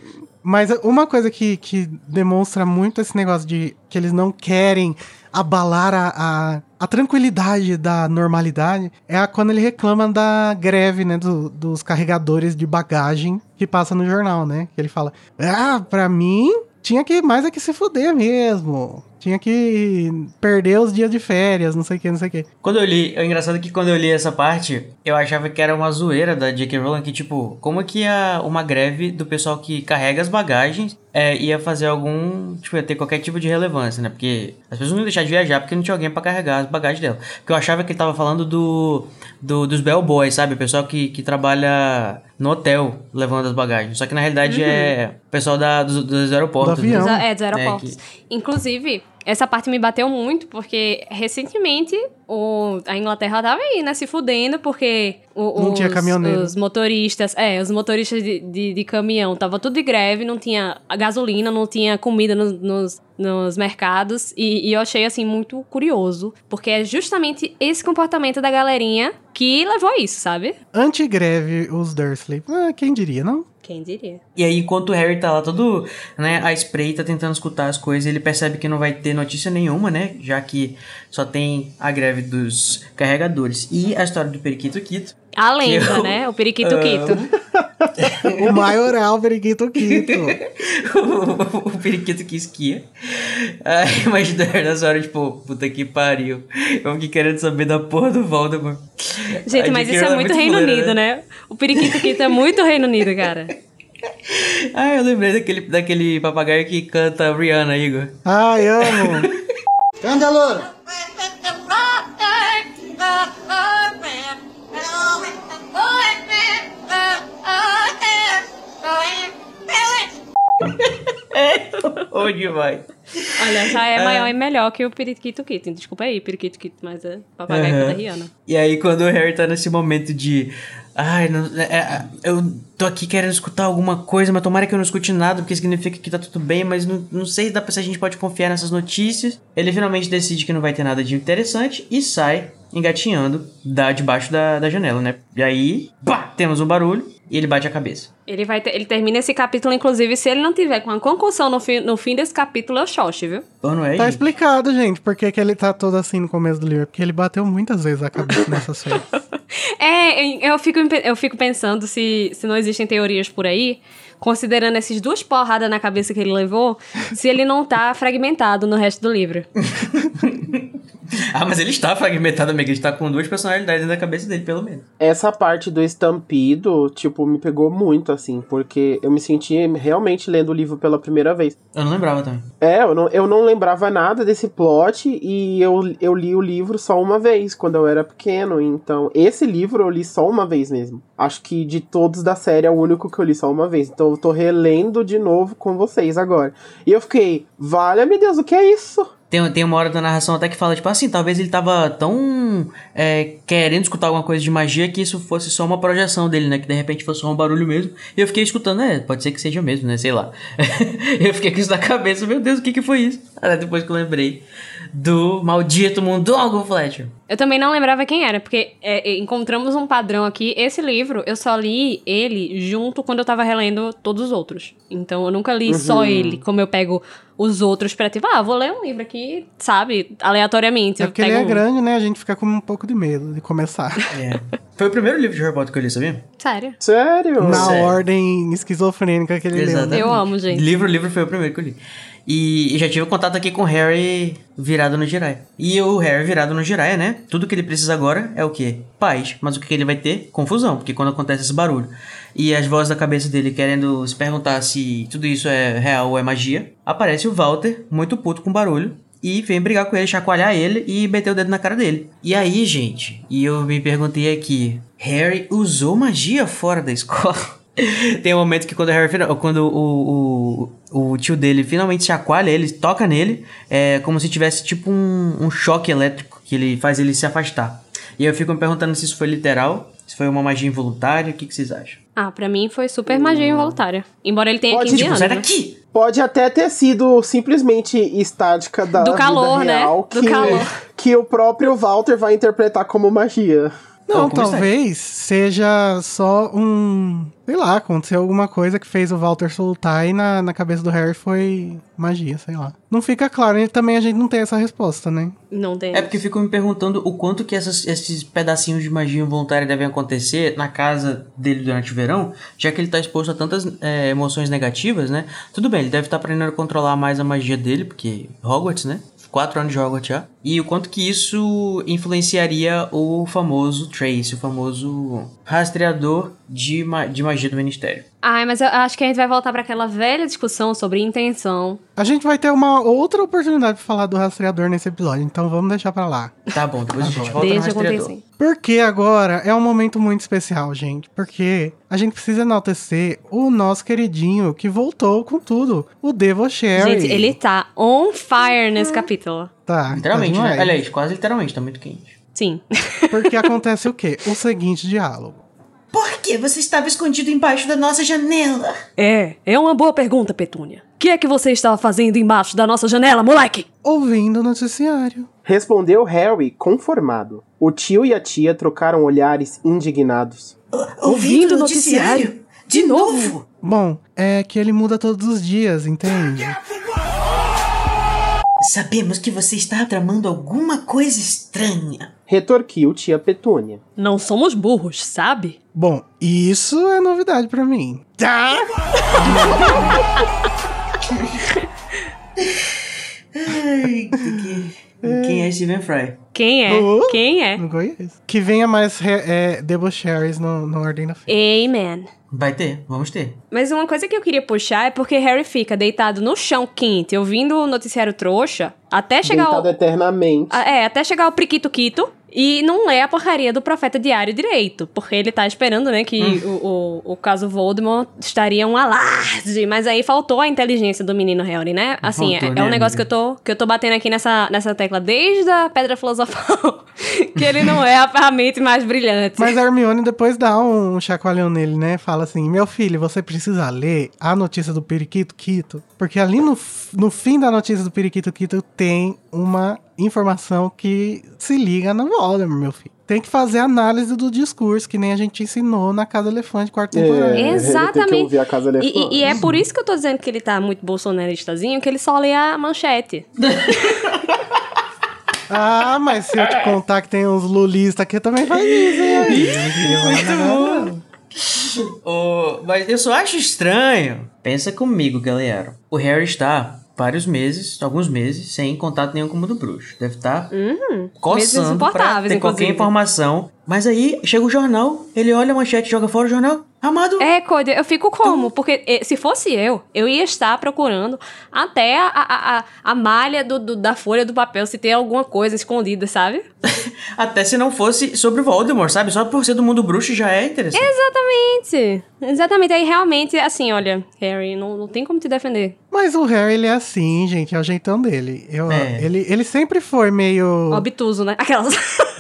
Mas uma coisa que, que demonstra muito esse negócio de que eles não querem abalar a, a, a tranquilidade da normalidade é a, quando ele reclama da greve, né, do, dos carregadores de bagagem que passa no jornal, né? Que ele fala, ah, pra mim tinha que mais é que se fuder mesmo. Tinha que perder os dias de férias, não sei o que, não sei o que. Quando eu li, é engraçado que quando eu li essa parte, eu achava que era uma zoeira da J K. Rowling, que tipo, como que a, uma greve do pessoal que carrega as bagagens é, ia fazer algum, tipo, ia ter qualquer tipo de relevância, né? Porque as pessoas não iam deixar de viajar porque não tinha alguém pra carregar as bagagens dela. Porque eu achava que ele tava falando do, do dos bellboys, sabe? O pessoal que, que trabalha no hotel levando as bagagens. Só que na realidade é o pessoal da, dos, dos aeroportos. Do avião. né? Dos- É, dos aeroportos. Inclusive, essa parte me bateu muito, porque recentemente o, a Inglaterra tava aí, né, se fudendo, porque o, Não os, tinha caminhoneiro. os motoristas, é, os motoristas de, de, de caminhão tava tudo de greve, não tinha gasolina, não tinha comida nos, nos, nos mercados, e, e eu achei, assim, muito curioso, porque é justamente esse comportamento da galerinha que levou a isso, sabe? Antigreve os Dursley. Ah, quem diria, não? Quem diria? E aí, enquanto o Harry tá lá todo, né, à espreita, tentando escutar as coisas, ele percebe que não vai ter notícia nenhuma, né, já que só tem a greve dos carregadores. E a história do Periquito Quito. A lenda, eu né? O periquito quito. O maioral Periquito Quito. o, o Periquito que esquia. Aí, imagina o Harry nessa hora, tipo, puta que pariu. Eu fiquei querendo saber da porra do Voldemort. Gente, A mas J K. isso é Rowling muito Reino fuleira, Unido, né? O periquito quito é muito Reino Unido, cara. Ah, eu lembrei daquele, daquele papagaio que canta Rihanna, Igor. Ai, amo. Candelora! Onde vai? Olha, já é maior e melhor que o periquito quito. Desculpa aí, periquito quito, mas é papagaio Aham. canta Rihanna. E aí, quando o Harry tá nesse momento de Ai, não, é, é, eu tô aqui querendo escutar alguma coisa, mas tomara que eu não escute nada, porque significa que tá tudo bem, mas não, não sei dá pra se a gente pode confiar nessas notícias. Ele finalmente decide que não vai ter nada de interessante e sai engatinhando da, debaixo da, da janela, né? E aí, pá, temos um barulho e ele bate a cabeça. Ele, vai ter, ele termina esse capítulo, inclusive, se ele não tiver com uma concussão no fim, no fim desse capítulo, eu xoxe, viu? Ou não é, Tá gente? explicado, gente, porque que ele tá todo assim no começo do livro. Porque ele bateu muitas vezes a cabeça nessas feiras. É, eu fico, eu fico pensando se, se não existem teorias por aí, considerando essas duas porradas na cabeça que ele levou, se ele não tá fragmentado no resto do livro. Ah, mas ele está fragmentado, amiga. Ele está com duas personalidades na cabeça dele, pelo menos. Essa parte do estampido, tipo, me pegou muito, assim, porque eu me senti realmente lendo o livro pela primeira vez. Eu não lembrava também. É, eu não, eu não lembrava nada desse plot e eu, eu li o livro só uma vez, quando eu era pequeno. Então, esse livro eu li só uma vez mesmo. Acho que de todos da série é o único que eu li só uma vez. Então, eu tô relendo de novo com vocês agora. E eu fiquei, valha-me Deus, o que é isso? Tem, tem uma hora da narração até que fala, tipo assim, talvez ele tava tão é, querendo escutar alguma coisa de magia que isso fosse só uma projeção dele, né? Que de repente fosse só um barulho mesmo. E eu fiquei escutando, é, pode ser que seja mesmo, né? Sei lá. Eu fiquei com isso na cabeça, meu Deus, o que que foi isso? Aí depois que eu lembrei do maldito Mundungo Fletcher. Eu também não lembrava quem era, porque é, encontramos um padrão aqui. Esse livro, eu só li ele junto quando eu tava relendo todos os outros. Então, eu nunca li uhum. só ele, como eu pego os outros pra, tipo, ah, vou ler um livro aqui, sabe, aleatoriamente. É porque ele é um... grande, né? A gente fica com um pouco de medo de começar. É. Foi o primeiro livro de Harry Potter que eu li, sabia? Sério? Sério? Na Sério. ordem esquizofrênica que ele Exatamente. leu. Eu amo, gente. Livro, livro foi o primeiro que eu li. E, e já tive contato aqui com o Harry virado no Jiraiya. E o Harry virado no Jiraiya, né? Tudo que ele precisa agora é o quê? Paz. Mas o que ele vai ter? Confusão. Porque quando acontece esse barulho e as vozes da cabeça dele querendo se perguntar se tudo isso é real ou é magia, aparece o Walter, muito puto com o barulho, e vem brigar com ele, chacoalhar ele e meter o dedo na cara dele. E aí, gente, e eu me perguntei aqui, Harry usou magia fora da escola? Tem um momento que quando o Harry, quando o, o, o tio dele finalmente chacoalha ele, toca nele, é como se tivesse tipo um, um choque elétrico que ele faz ele se afastar. E eu fico me perguntando se isso foi literal, se foi uma magia involuntária, o que, que vocês acham? Ah, pra mim foi super magia involuntária. Embora ele tenha Pode, quinze tipo, anos. Sai né? daqui! Pode até ter sido simplesmente estática da Do calor, vida real, né? Do que, calor. que o próprio Walter vai interpretar como magia. Não, Como talvez seja só um... Sei lá, aconteceu alguma coisa que fez o Walter soltar e na, na cabeça do Harry foi magia, sei lá. Não fica claro, e também a gente não tem essa resposta, né? Não tem. É porque eu fico me perguntando o quanto que essas, esses pedacinhos de magia involuntária devem acontecer na casa dele durante o verão, já que ele tá exposto a tantas é, emoções negativas, né? Tudo bem, ele deve estar tá aprendendo a controlar mais a magia dele, porque Hogwarts, né? Quatro anos de Hogwarts já. E o quanto que isso influenciaria o famoso Trace, o famoso rastreador de, ma- de magia do Ministério. Ai, mas eu acho que a gente vai voltar pra aquela velha discussão sobre intenção. A gente vai ter uma outra oportunidade pra falar do rastreador nesse episódio, então vamos deixar pra lá. Tá bom, depois a gente volta no Deixa rastreador. acontecer. Porque agora é um momento muito especial, gente. Porque a gente precisa enaltecer o nosso queridinho que voltou com tudo. O Devocherry. Gente, ele tá on fire nesse capítulo. Tá, Literalmente, tá né? demais. Aliás, quase literalmente, tá muito quente. Sim. Porque acontece o quê? O seguinte diálogo. Por que você estava escondido embaixo da nossa janela? É, é uma boa pergunta, Petúnia. O que é que você estava fazendo embaixo da nossa janela, moleque? Ouvindo o noticiário. Respondeu Harry, conformado. O tio e a tia trocaram olhares indignados. Ouvindo o noticiário? De novo? Bom, é que ele muda todos os dias, entende? Sabemos que você está tramando alguma coisa estranha. Retorquiu tia Petúnia. Não somos burros, sabe? Bom, isso é novidade pra mim. Tá? Ai, que... Quem é Stephen Fry? Quem é? Oh. Quem é? Não conheço. Que venha mais re- é, debocherys no, no Ordem da Fênix. Amen. Vai ter, vamos ter. Mas uma coisa que eu queria puxar é porque Harry fica deitado no chão quente, ouvindo o noticiário trouxa, até chegar Deitado o... eternamente. Ah, É, até chegar o Priquito Quito, E não lê a porcaria do Profeta Diário direito, porque ele tá esperando, né, que hum. o, o, o caso Voldemort estaria um alarde, mas aí faltou a inteligência do menino Harry, né? Assim, faltou, é, né, é um negócio que eu, tô, que eu tô batendo aqui nessa, nessa tecla desde a Pedra Filosofal, que ele não é a ferramenta mais brilhante. Mas a Hermione depois dá um chacoalhão nele, né? Fala assim, meu filho, você precisa ler a notícia do Periquito Quito, porque ali no, no fim da notícia do Periquito Quito tem uma informação que se liga na Voldemort, meu filho. Tem que fazer análise do discurso, que nem a gente ensinou na Casa Elefante, quarta temporada. É, Exatamente. Ele tem que ouvir a Casa Elefante. E, e é por isso que eu tô dizendo que ele tá muito bolsonaristazinho, que ele só lê a manchete. Ah, mas se eu te contar que tem uns lulistas aqui, também faz isso, hein? Muito bom. Oh, mas eu só acho estranho. Pensa comigo, galera. O Harry está vários meses, alguns meses, sem contato nenhum com o mundo bruxo. Deve estar uhum. coçando pra ter qualquer informação. Mas aí, chega o jornal, ele olha a manchete e joga fora o jornal. Amado. É, Cody, eu fico como? Porque se fosse eu, eu ia estar procurando até a, a, a, a malha do, do, da folha do papel, se tem alguma coisa escondida, sabe? Até se não fosse sobre Voldemort, sabe? Só por ser do mundo bruxo já é interessante. Exatamente. Exatamente. Aí realmente, assim, olha, Harry, não, não tem como te defender. Mas o Harry, ele é assim, gente, é o jeitão dele. Eu, é. ele, ele sempre foi meio... obtuso, né? Aquelas...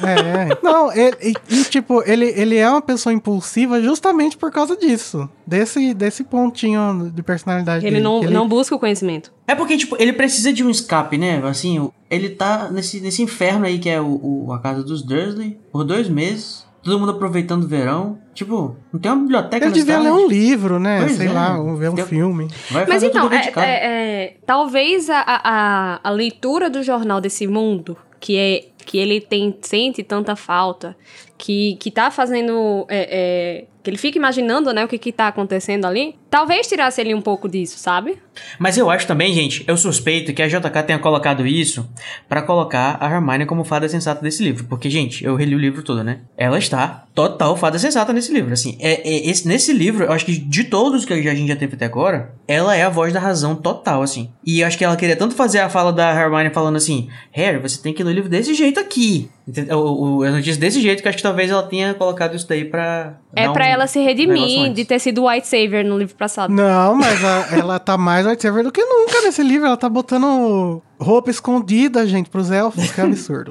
É, não, ele, e, e tipo, ele, ele é uma pessoa impulsiva justamente por causa disso. Desse, desse pontinho de personalidade ele dele. Não, ele não busca o conhecimento. É porque, tipo, ele precisa de um escape, né? Assim, ele tá nesse, nesse inferno aí que é o, o, a casa dos Dursley por dois meses. Todo mundo aproveitando o verão. Tipo, não tem uma biblioteca Ele devia ler um livro, né? Pois Sei é. lá, ver um Tem... filme. Vai Mas então, é, é, é, talvez a, a, a leitura do jornal desse mundo, que é que ele tem, sente tanta falta, que, que tá fazendo... É, é, que ele fica imaginando, né, o que que tá acontecendo ali, talvez tirasse ele um pouco disso, sabe? Mas eu acho também, gente, eu suspeito que a J K tenha colocado isso pra colocar a Hermione como fada sensata desse livro. Porque, gente, eu reli o livro todo, né? Ela está total fada sensata nesse livro, assim. É, é, esse, nesse livro, eu acho que de todos que a gente já teve até agora, ela é a voz da razão total, assim. E eu acho que ela queria tanto fazer a fala da Hermione falando assim, Harry, você tem que ler o livro desse jeito aqui. O, o, a notícia desse jeito, que eu acho que talvez ela tenha colocado isso daí pra... É pra um, ela se redimir de ter sido White Savior no livro passado. Não, mas a, ela tá mais White Savior do que nunca nesse livro. Ela tá botando roupa escondida, gente, pros elfos. Que absurdo.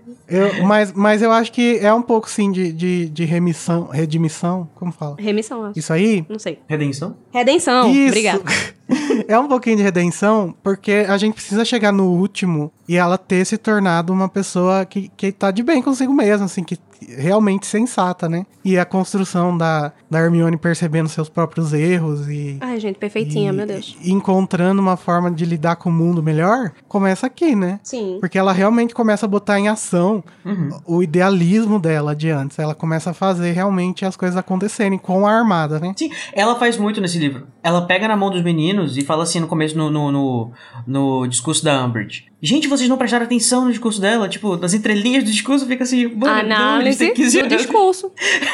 eu, mas, mas eu acho que é um pouco, sim, de, de, de remissão, redimissão. Como fala? Remissão, acho. Isso aí? Não sei. Redenção? Redenção, Isso. Obrigada. É um pouquinho de redenção, porque a gente precisa chegar no último e ela ter se tornado uma pessoa que, que tá de bem consigo mesma, assim, que realmente sensata, né? E a construção da, da Hermione percebendo seus próprios erros e... Ai, gente, perfeitinha, e, meu Deus. E encontrando uma forma de lidar com o mundo melhor, começa aqui, né? Sim. Porque ela realmente começa a botar em ação uhum. o idealismo dela de antes. Ela começa a fazer realmente as coisas acontecerem com a armada, né? Sim, ela faz muito nesse livro. Ela pega na mão dos meninos e fala assim no começo, no, no, no, no discurso da Umbridge. Gente, vocês não prestaram atenção no discurso dela? Tipo, nas entrelinhas do discurso fica assim... Análise do discurso.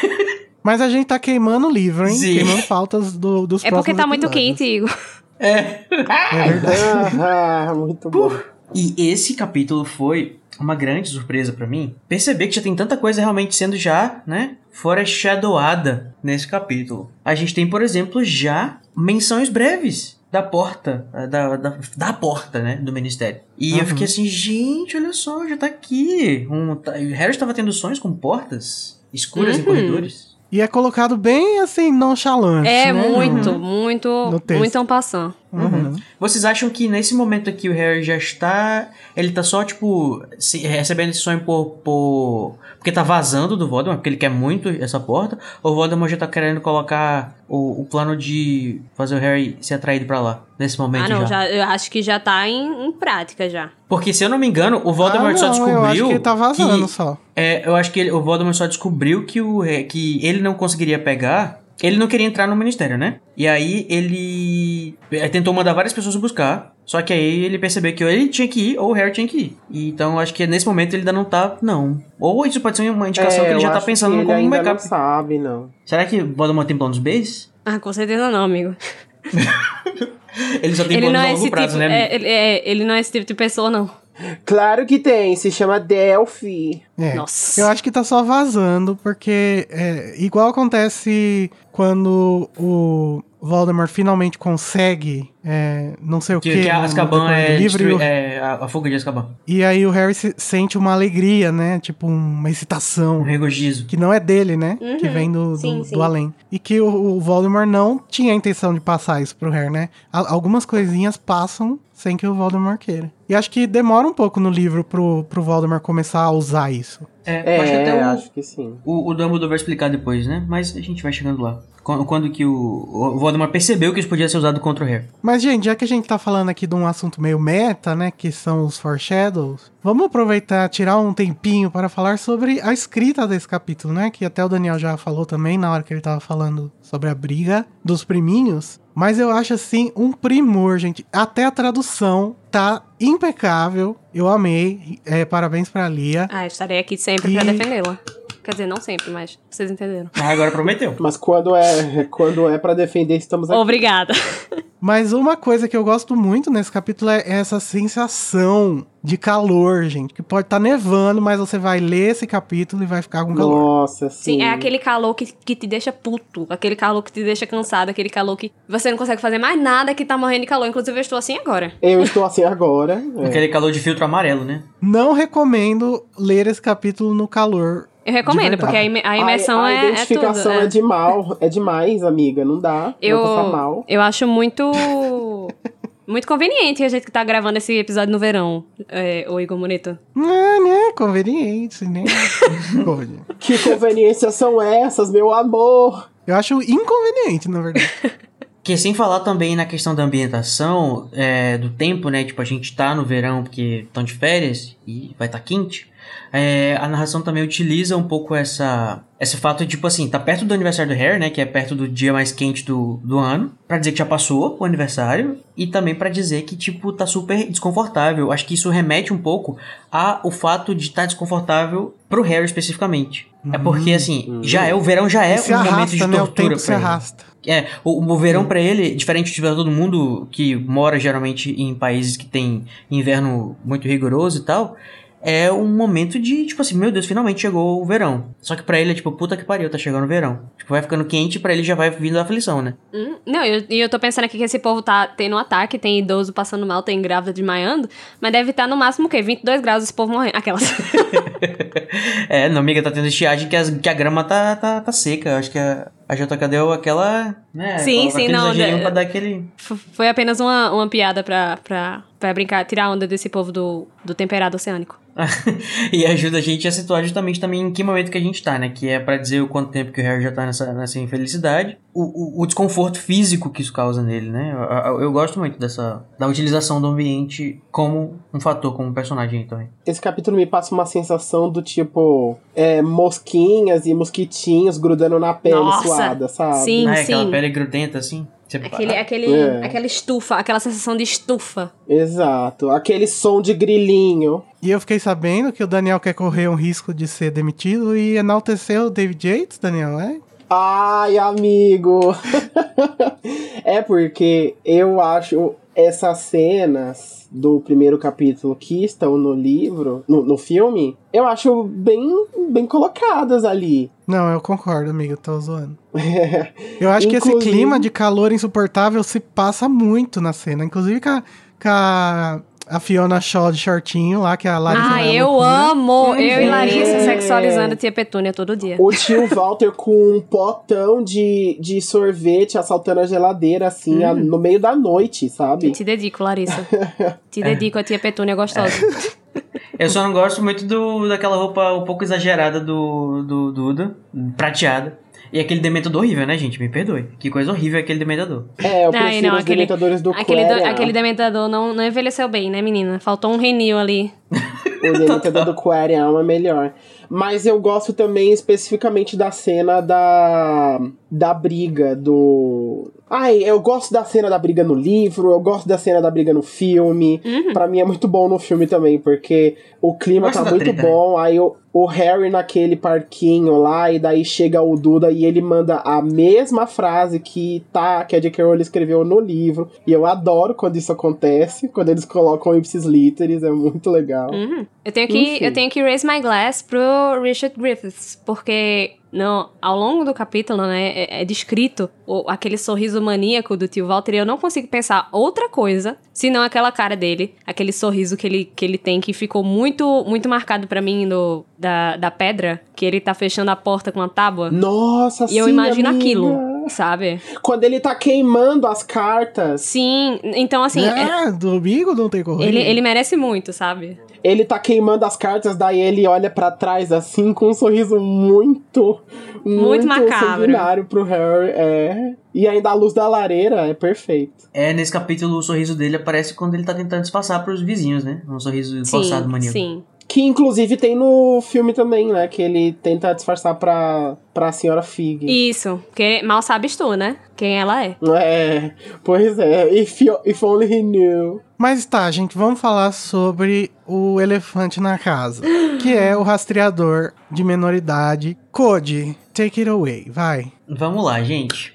Mas a gente tá queimando o livro, hein? Sim. Queimando pautas do, dos é próximos porque tá episódios. muito quente, Igor. É. É verdade. Ah, muito bom. E esse capítulo foi uma grande surpresa pra mim. Perceber que já tem tanta coisa realmente sendo já, né, foreshadowada nesse capítulo. A gente tem, por exemplo, já menções breves da porta, da, da, da porta, né, do ministério. E uhum. eu fiquei assim, gente, olha só, já tá aqui. Um, tá, Harry estava tendo sonhos com portas escuras uhum. em corredores. E é colocado bem, assim, nonchalante, É, né? muito, Uhum. muito, muito en passant. Uhum. Vocês acham que nesse momento aqui o Harry já está... Ele tá só, tipo, se, recebendo esse sonho por, por... porque tá vazando do Voldemort, porque ele quer muito essa porta? Ou o Voldemort já tá querendo colocar o, o plano de fazer o Harry ser atraído pra lá, nesse momento ah, não, já? já eu acho que já tá em, em prática já. Porque, se eu não me engano, o Voldemort ah, não, só descobriu... eu acho que ele tá vazando que, só. É, eu acho que ele, o Voldemort só descobriu que, o, que ele não conseguiria pegar... Ele não queria entrar no ministério, né? E aí ele tentou mandar várias pessoas buscar. Só que aí ele percebeu que ou ele tinha que ir ou o Harry tinha que ir. E então eu acho que nesse momento ele ainda não tá... Não. Ou isso pode ser uma indicação é, que ele já tá pensando que ele como um ainda backup. Não sabe, não. Será que o Voldemort tem planos B? Ah, com certeza não, amigo. Ele só tem ele planos não a é longo esse prazo, tipo, né, amigo? é, ele, é, ele não é esse tipo de pessoa, não. Claro que tem, se chama Delphi. É, Nossa. eu acho que tá só vazando, porque é, igual acontece quando o Voldemort finalmente consegue é, não sei o Que, que, que a no, Azkaban no é, do livro, destrui- e, o, é a, a fuga de Azkaban. e aí o Harry se, sente uma alegria, né? Tipo, uma Um excitação. regozijo. Que não é dele, né? Uhum, Que vem do, sim, do, sim. do além. E que o, o Voldemort não tinha a intenção de passar isso pro Harry, né? Al- algumas coisinhas passam sem que o Voldemort queira. E acho que demora um pouco no livro pro, pro Voldemort começar a usar isso. É, eu acho que É, até o, acho que sim. o, o Dumbledore vai explicar depois, né? Mas a gente vai chegando lá. Quando, quando que o, o Voldemort percebeu que isso podia ser usado contra o Harry. Mas, gente, já que a gente tá falando aqui de um assunto meio meta, né? Que são os foreshadows, vamos aproveitar, tirar um tempinho para falar sobre a escrita desse capítulo, né? Que até o Daniel já falou também na hora que ele tava falando sobre a briga dos priminhos. Mas eu acho, assim, um primor, gente. Até a tradução tá impecável. Eu amei. É, parabéns pra Lia. Ah, estarei aqui sempre E- pra defendê-la. Quer dizer, não sempre, mas vocês entenderam. Ah, agora prometeu. Mas quando é, quando é pra defender, estamos aqui. Obrigada. Mas uma coisa que eu gosto muito nesse capítulo é essa sensação de calor, gente. Que pode estar nevando, mas você vai ler esse capítulo e vai ficar com calor. Nossa, sim. Sim, é aquele calor que, que te deixa puto. Aquele calor que te deixa cansado. Aquele calor que você não consegue fazer mais nada, que tá morrendo de calor. Inclusive, eu estou assim agora. Eu estou assim agora. é. Aquele calor de filtro amarelo, né? Não recomendo ler esse capítulo no calor. Eu recomendo, De porque a, verdade. ime- a imersão a, a é, é tudo. identificação é, é. de mal, é demais, amiga. Não dá. Eu, Vai passar mal. eu acho muito muito conveniente a gente que tá gravando esse episódio no verão, é, o Igor Bonito. É, né? Conveniente, né? Pode. Que conveniências são essas, meu amor? Eu acho inconveniente, na verdade. Que sem falar também na questão da ambientação, é, do tempo, né? Tipo, a gente tá no verão porque estão de férias e vai estar tá quente. É, a narração também utiliza um pouco essa, esse fato de, tipo assim, tá perto do aniversário do Harry, né? Que é perto do dia mais quente do, do ano. Pra dizer que já passou o aniversário. E também pra dizer que, tipo, tá super desconfortável. Acho que isso remete um pouco ao fato de estar tá desconfortável pro Harry especificamente. É porque, assim, já é, o verão já é E se um momento arrasta, de né? O tortura tempo se pra ele. arrasta. É, o, o verão pra ele, diferente de todo mundo que mora geralmente em países que tem inverno muito rigoroso e tal, é um momento de, tipo assim, meu Deus, finalmente chegou o verão. Só que pra ele é tipo, puta que pariu, tá chegando o verão. Tipo, vai ficando quente e pra ele já vai vindo a aflição, né? Hum, não, e eu, e eu tô pensando aqui que esse povo tá tendo um ataque, tem idoso passando mal, tem grávida desmaiando, mas deve estar no máximo o quê? vinte e dois graus esse povo morrendo. Aquelas. É, não, amiga, tá tendo estiagem que, as, que a grama tá, tá, tá seca. Eu acho que a, a J K deu aquela, né? Sim, aquela- sim, aquele não, exagerinho de- pra dar aquele... F- Foi apenas uma, uma piada pra, pra, pra brincar, tirar a onda desse povo do, do temperado oceânico. E ajuda a gente a situar justamente também em que momento que a gente tá, né? Que é pra dizer o quanto tempo que o Harry já tá nessa, nessa infelicidade. O, o, o desconforto físico que isso causa nele, né? Eu, eu, eu gosto muito dessa... Da utilização do ambiente como um fator, como um personagem aí também. Esse capítulo me passa uma sensação do tipo... É, mosquinhas e mosquitinhos grudando na pele Nossa, suada, sabe? sim. Ah, é aquela sim. pele grudenta, assim. Você... Aquele, aquele, É. aquela estufa, aquela sensação de estufa. Exato. Aquele som de grilinho. E eu fiquei sabendo que o Daniel quer correr um risco de ser demitido e enaltecer o David Yates, Daniel, é? Ai, amigo! É porque eu acho essas cenas do primeiro capítulo que estão no livro, no, no filme, eu acho bem, bem colocadas ali. Não, eu concordo, amigo, eu tô zoando. Eu acho que esse Inclusive- clima de calor insuportável se passa muito na cena. Inclusive com a, com a, a Fiona Shaw de shortinho lá, que é a Larissa. Ah, eu loucura. amo! Eu e É. Larissa sexualizando a tia Petúnia todo dia. O tio Walter com um potão de, de sorvete assaltando a geladeira, assim, a- no meio da noite, sabe? Eu te dedico, Larissa. Te dedico a tia Petúnia gostosa. Eu só não gosto muito do, daquela roupa um pouco exagerada do, do Duda, prateada. E aquele dementador horrível, né, gente? Me perdoe. Que coisa horrível é aquele dementador. É, eu Ai, prefiro não, os aquele- dementadores do Aquele, do- Querian. aquele dementador não, não envelheceu bem, né, menina? Faltou um renil ali. O dementador do Querian é melhor. Mas eu gosto também especificamente da cena da, da briga do, Ai, eu gosto da cena da briga no livro, eu gosto da cena da briga no filme. Uhum. Pra mim é muito bom no filme também, porque o clima tá muito treta, bom. Né? Aí o, o Harry naquele parquinho lá, e daí chega o Duda e ele manda a mesma frase que, tá, que a J K. Rowling escreveu no livro. E eu adoro quando isso acontece, quando eles colocam ipsis literis, é muito legal. Uhum. Eu tenho que, eu tenho que raise my glass pro Richard Griffiths, porque no, ao longo do capítulo, né, é, é descrito o, aquele sorriso maníaco do tio Walter, e eu não consigo pensar outra coisa, senão aquela cara dele, aquele sorriso que ele, que ele tem, que ficou muito, muito marcado pra mim do, da, da pedra, que ele tá fechando a porta com uma tábua. Nossa, e sim, eu imagino amiga. aquilo, sabe? Quando ele tá queimando as cartas. Sim, então assim... É, é, domingo não tem correio. Ele, ele merece muito, sabe? Ele tá queimando as cartas, daí ele olha pra trás, assim, com um sorriso muito, muito, muito macabro. sanguinário pro Harry, é. E ainda a luz da lareira é perfeito. É, nesse capítulo o sorriso dele aparece quando ele tá tentando disfarçar pros vizinhos, né? Um sorriso forçado, maníaco. Sim, Que inclusive tem no filme também, né? Que ele tenta disfarçar pra, pra senhora Fig. Isso, porque mal sabes tu, né? Quem ela é. É, pois é. If, you, if only he knew. Mas tá, gente, vamos falar sobre o elefante na casa, que é o rastreador de menoridade. Cody, take it away, vai. Vamos lá, gente.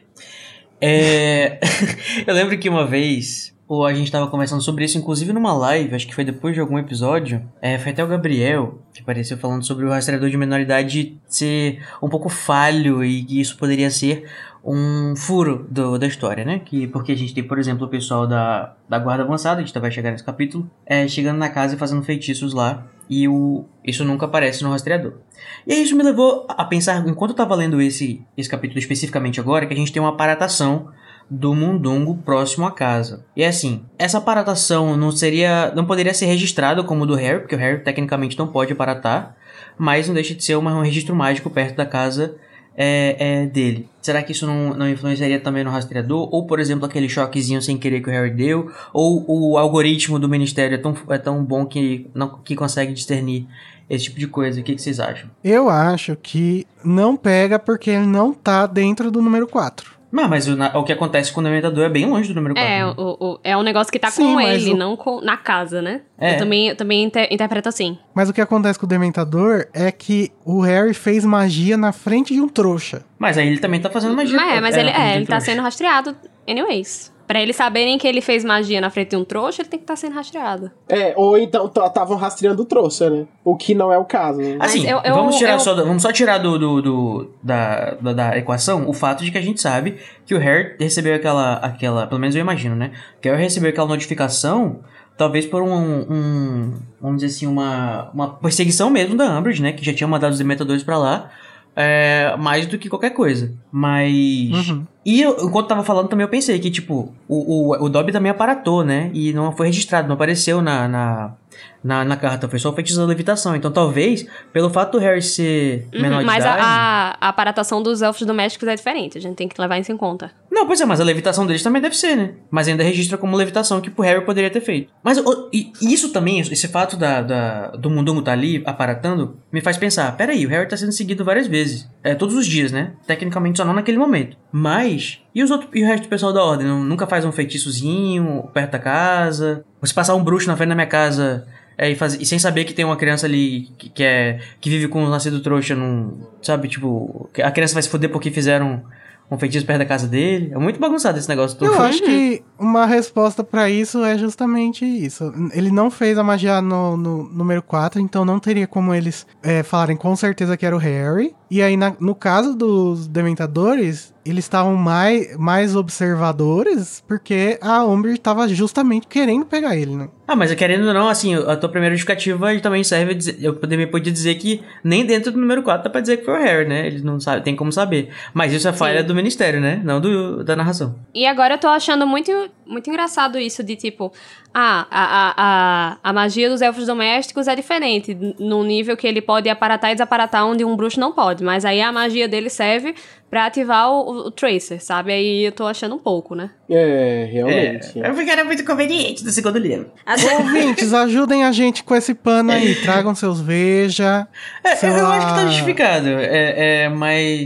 É... Eu lembro que uma vez... Ou a gente tava conversando sobre isso, inclusive numa live, acho que foi depois de algum episódio. É, foi até o Gabriel que apareceu falando sobre o rastreador de menoridade ser um pouco falho e que isso poderia ser um furo do, da história, né? Que, porque a gente tem, por exemplo, o pessoal da, da guarda avançada, a gente vai chegar nesse capítulo, é, chegando na casa e fazendo feitiços lá, e o, isso nunca aparece no rastreador. E aí isso me levou a pensar, enquanto eu tava lendo esse, esse capítulo especificamente agora, que a gente tem uma aparatação do Mundungo próximo à casa. E assim, essa aparatação não seria, não poderia ser registrado como o do Harry, porque o Harry tecnicamente não pode aparatar, mas não deixa de ser uma, um registro mágico perto da casa é, é, dele. Será que isso não, não influenciaria também no rastreador? Ou, por exemplo, aquele choquezinho sem querer que o Harry deu? Ou o algoritmo do Ministério é tão, é tão bom que, não, que consegue discernir esse tipo de coisa? O que, que vocês acham? Eu acho que não pega porque ele não tá dentro do número quatro. Não, mas o, na, o que acontece com o Dementador é bem longe do número quatro. É, né? o, o, é um negócio que tá Sim, com ele, o... não com, na casa, né? É. Eu também, eu também inter, interpreto assim. Mas o que acontece com o Dementador é que o Harry fez magia na frente de um trouxa. Mas aí ele também tá fazendo magia. Mas é, mas é, ele, é, ele tá trouxa. sendo rastreado anyways. Pra eles saberem que ele fez magia na frente de um trouxa, ele tem que estar tá sendo rastreado. É, ou então estavam rastreando o trouxa, né? O que não é o caso. Né? Assim, eu, eu, vamos, tirar eu... só, vamos só tirar do, do, do, da, da, da equação o fato de que a gente sabe que o Harry recebeu aquela, aquela, pelo menos eu imagino, né? Que o Harry recebeu aquela notificação, talvez por um, um vamos dizer assim, uma, uma perseguição mesmo da Umbridge, né? Que já tinha mandado os Dementadores pra lá. É, mais do que qualquer coisa. Mas... Uhum. E eu, enquanto tava falando também eu pensei que, tipo, o, o, o Dobby também aparatou, né? E não foi registrado, não apareceu na, na, na, na carta. Foi só o feitiço da levitação. Então, talvez, pelo fato do Harry ser uhum, menor de mas idade... Mas a, a aparatação dos elfos domésticos é diferente. A gente tem que levar isso em conta. Não, pois é, mas a levitação deles também deve ser, né? Mas ainda registra como levitação que o Harry poderia ter feito. Mas o, e, e isso também, esse fato da, da, do Mundungo tá ali aparatando, me faz pensar, peraí, o Harry tá sendo seguido várias vezes. É, todos os dias, né? Tecnicamente só não naquele momento. Mas... E, os outros, e o resto do pessoal da ordem? Não, nunca faz um feitiçozinho perto da casa? Ou se passar um bruxo na frente da minha casa é, e, faz, e sem saber que tem uma criança ali que, que, é, que vive com o nascido trouxa, num, sabe? Tipo, a criança vai se foder porque fizeram um feitiço perto da casa dele. É muito bagunçado esse negócio todo. Eu acho que uma resposta pra isso é justamente isso. Ele não fez a magia no, no número quatro, então não teria como eles é, falarem com certeza que era o Harry. E aí, na, no caso dos Dementadores, eles estavam mais, mais observadores, porque a Umbridge estava justamente querendo pegar ele, né? Ah, mas querendo ou não, assim, a tua primeira justificativa também serve a dizer, eu também podia dizer que nem dentro do número quatro dá pra dizer que foi o Harry, né? Eles não sabem, tem como saber. Mas isso é falha Sim. do Ministério, né? Não do, da narração. E agora eu tô achando muito, muito engraçado isso de, tipo... Ah, a, a, a, a magia dos elfos domésticos é diferente, no nível que ele pode aparatar e desaparatar onde um bruxo não pode. Mas aí a magia dele serve pra ativar o, o Tracer, sabe? Aí eu tô achando um pouco, né? É, realmente. É, eu ficaria muito conveniente do segundo livro. Ouvintes, ajudem a gente com esse pano aí. Tragam seus veja. É, seu... Eu acho que tá justificado. É, é, mas...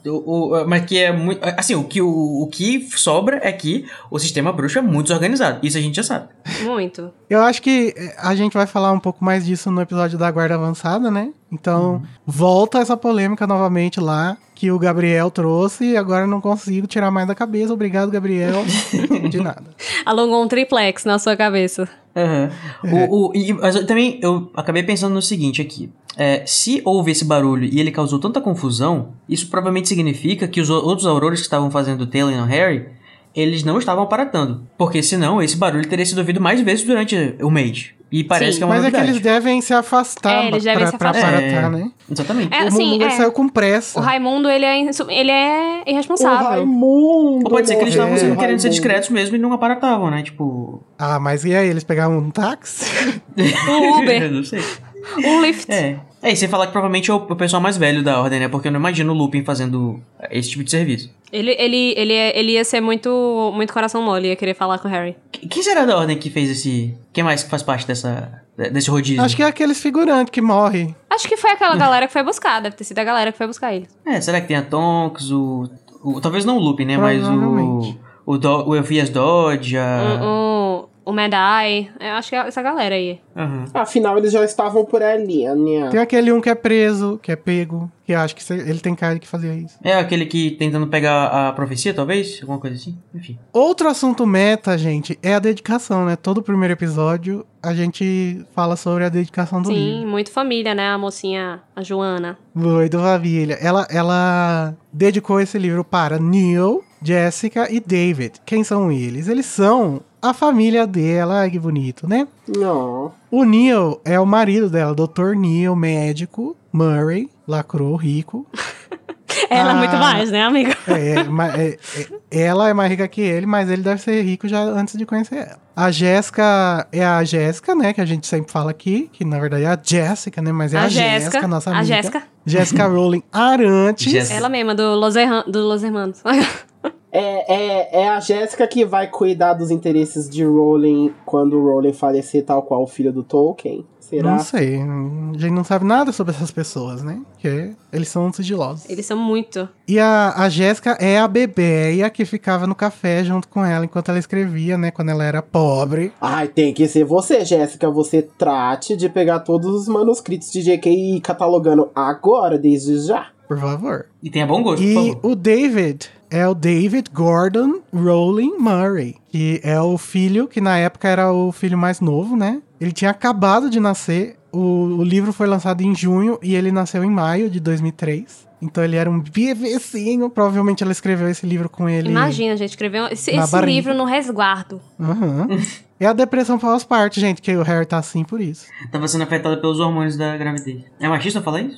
O, o, mas que é muito... Assim, o que, o, o que sobra é que o sistema bruxo é muito desorganizado. Isso a gente já sabe. Muito. Eu acho que a gente vai falar um pouco mais disso no episódio da Guarda Avançada, né? Então, uhum. volta essa polêmica novamente lá, que o Gabriel trouxe e agora eu não consigo tirar mais da cabeça. Obrigado, Gabriel. De nada. Alongou um triplex na sua cabeça. Uhum. É. O, o, e, mas eu, também eu acabei pensando no seguinte aqui. É, se houve esse barulho e ele causou tanta confusão, isso provavelmente significa que os outros aurores que estavam fazendo Talon no Harry, eles não estavam aparatando. Porque senão esse barulho teria sido ouvido mais vezes durante o mês. E parece Sim, que é uma mas novidade. é que eles devem se afastar é, eles devem pra, se pra afastar. aparatar, é, né? Exatamente. É, o assim, Munger é. saiu com pressa. O Raimundo, ele é, ele é irresponsável. O Raimundo! Ou pode ser que eles estavam é, querendo Raimundo. ser discretos mesmo e não aparatavam, né? Tipo... Ah, mas e aí? Eles pegaram um táxi? Um Uber. Eu não sei. Um Lyft. É. É, e sem falar que provavelmente é o pessoal mais velho da ordem, né? Porque eu não imagino o Lupin fazendo esse tipo de serviço. Ele, ele, ele, ele ia ser muito, muito coração mole, ia querer falar com o Harry. Quem será da ordem que fez esse... Quem mais faz parte dessa, desse rodízio? Acho que é aqueles figurantes que morrem. Acho que foi aquela galera que foi buscar, deve ter sido a galera que foi buscar ele. É, será que tem a Tonks, o... o talvez não o Lupin, né? Mas o... O, Do, o Elphias Dodge, a... O, o, o Mad-Eye, eu acho que é essa galera aí. Uhum. Afinal, eles já estavam por ali, né? Tem aquele um que é preso, que é pego, que acho que ele tem cara de fazer isso. É aquele que tentando pegar a profecia, talvez? Alguma coisa assim? Enfim. Outro assunto meta, gente, é a dedicação, né? Todo primeiro episódio a gente fala sobre a dedicação do Sim, livro. Sim, muito família, né? A mocinha, a Joana. Muito família. Ela, ela dedicou esse livro para Neil, Jessica e David. Quem são eles? Eles são a família dela. Ai, que bonito, né? Não. O Neil é o marido dela, doutor Neil, médico, Murray, lacrou, rico. Ela ah, é muito mais, né, amigo? É, é, é, ela é mais rica que ele, mas ele deve ser rico já antes de conhecer ela. A Jéssica é a Jéssica, né, que a gente sempre fala aqui, que na verdade é a Jéssica, né, mas é a, a Jéssica, nossa amiga. A Jéssica. Jéssica Rowling Arantes. Jéssica. Ela mesma, do Los, Herman, do Los Hermanos. É, é, é a Jéssica que vai cuidar dos interesses de Rowling quando o Rowling falecer, tal qual o filho do Tolkien? Será? Não sei, a gente não sabe nada sobre essas pessoas, né? Porque eles são sigilosos. Eles são muito. E a, a Jéssica é a bebeia que ficava no café junto com ela enquanto ela escrevia, né? Quando ela era pobre. Ai, tem que ser você, Jéssica. Você trate de pegar todos os manuscritos de J K e ir catalogando agora, desde já. Por favor. E tenha bom gosto, e por favor. o David é o David Gordon Rowling Murray, que é o filho, que na época era o filho mais novo, né? Ele tinha acabado de nascer, o, o livro foi lançado em junho e ele nasceu em maio de dois mil e três. Então ele era um bebezinho, provavelmente ela escreveu esse livro com ele. Imagina, gente, escreveu esse, esse livro no resguardo. Aham. Uhum. É a depressão pós-parto, gente, que o Harry tá assim por isso. Tava sendo afetado pelos hormônios da gravidez. É machista falar isso?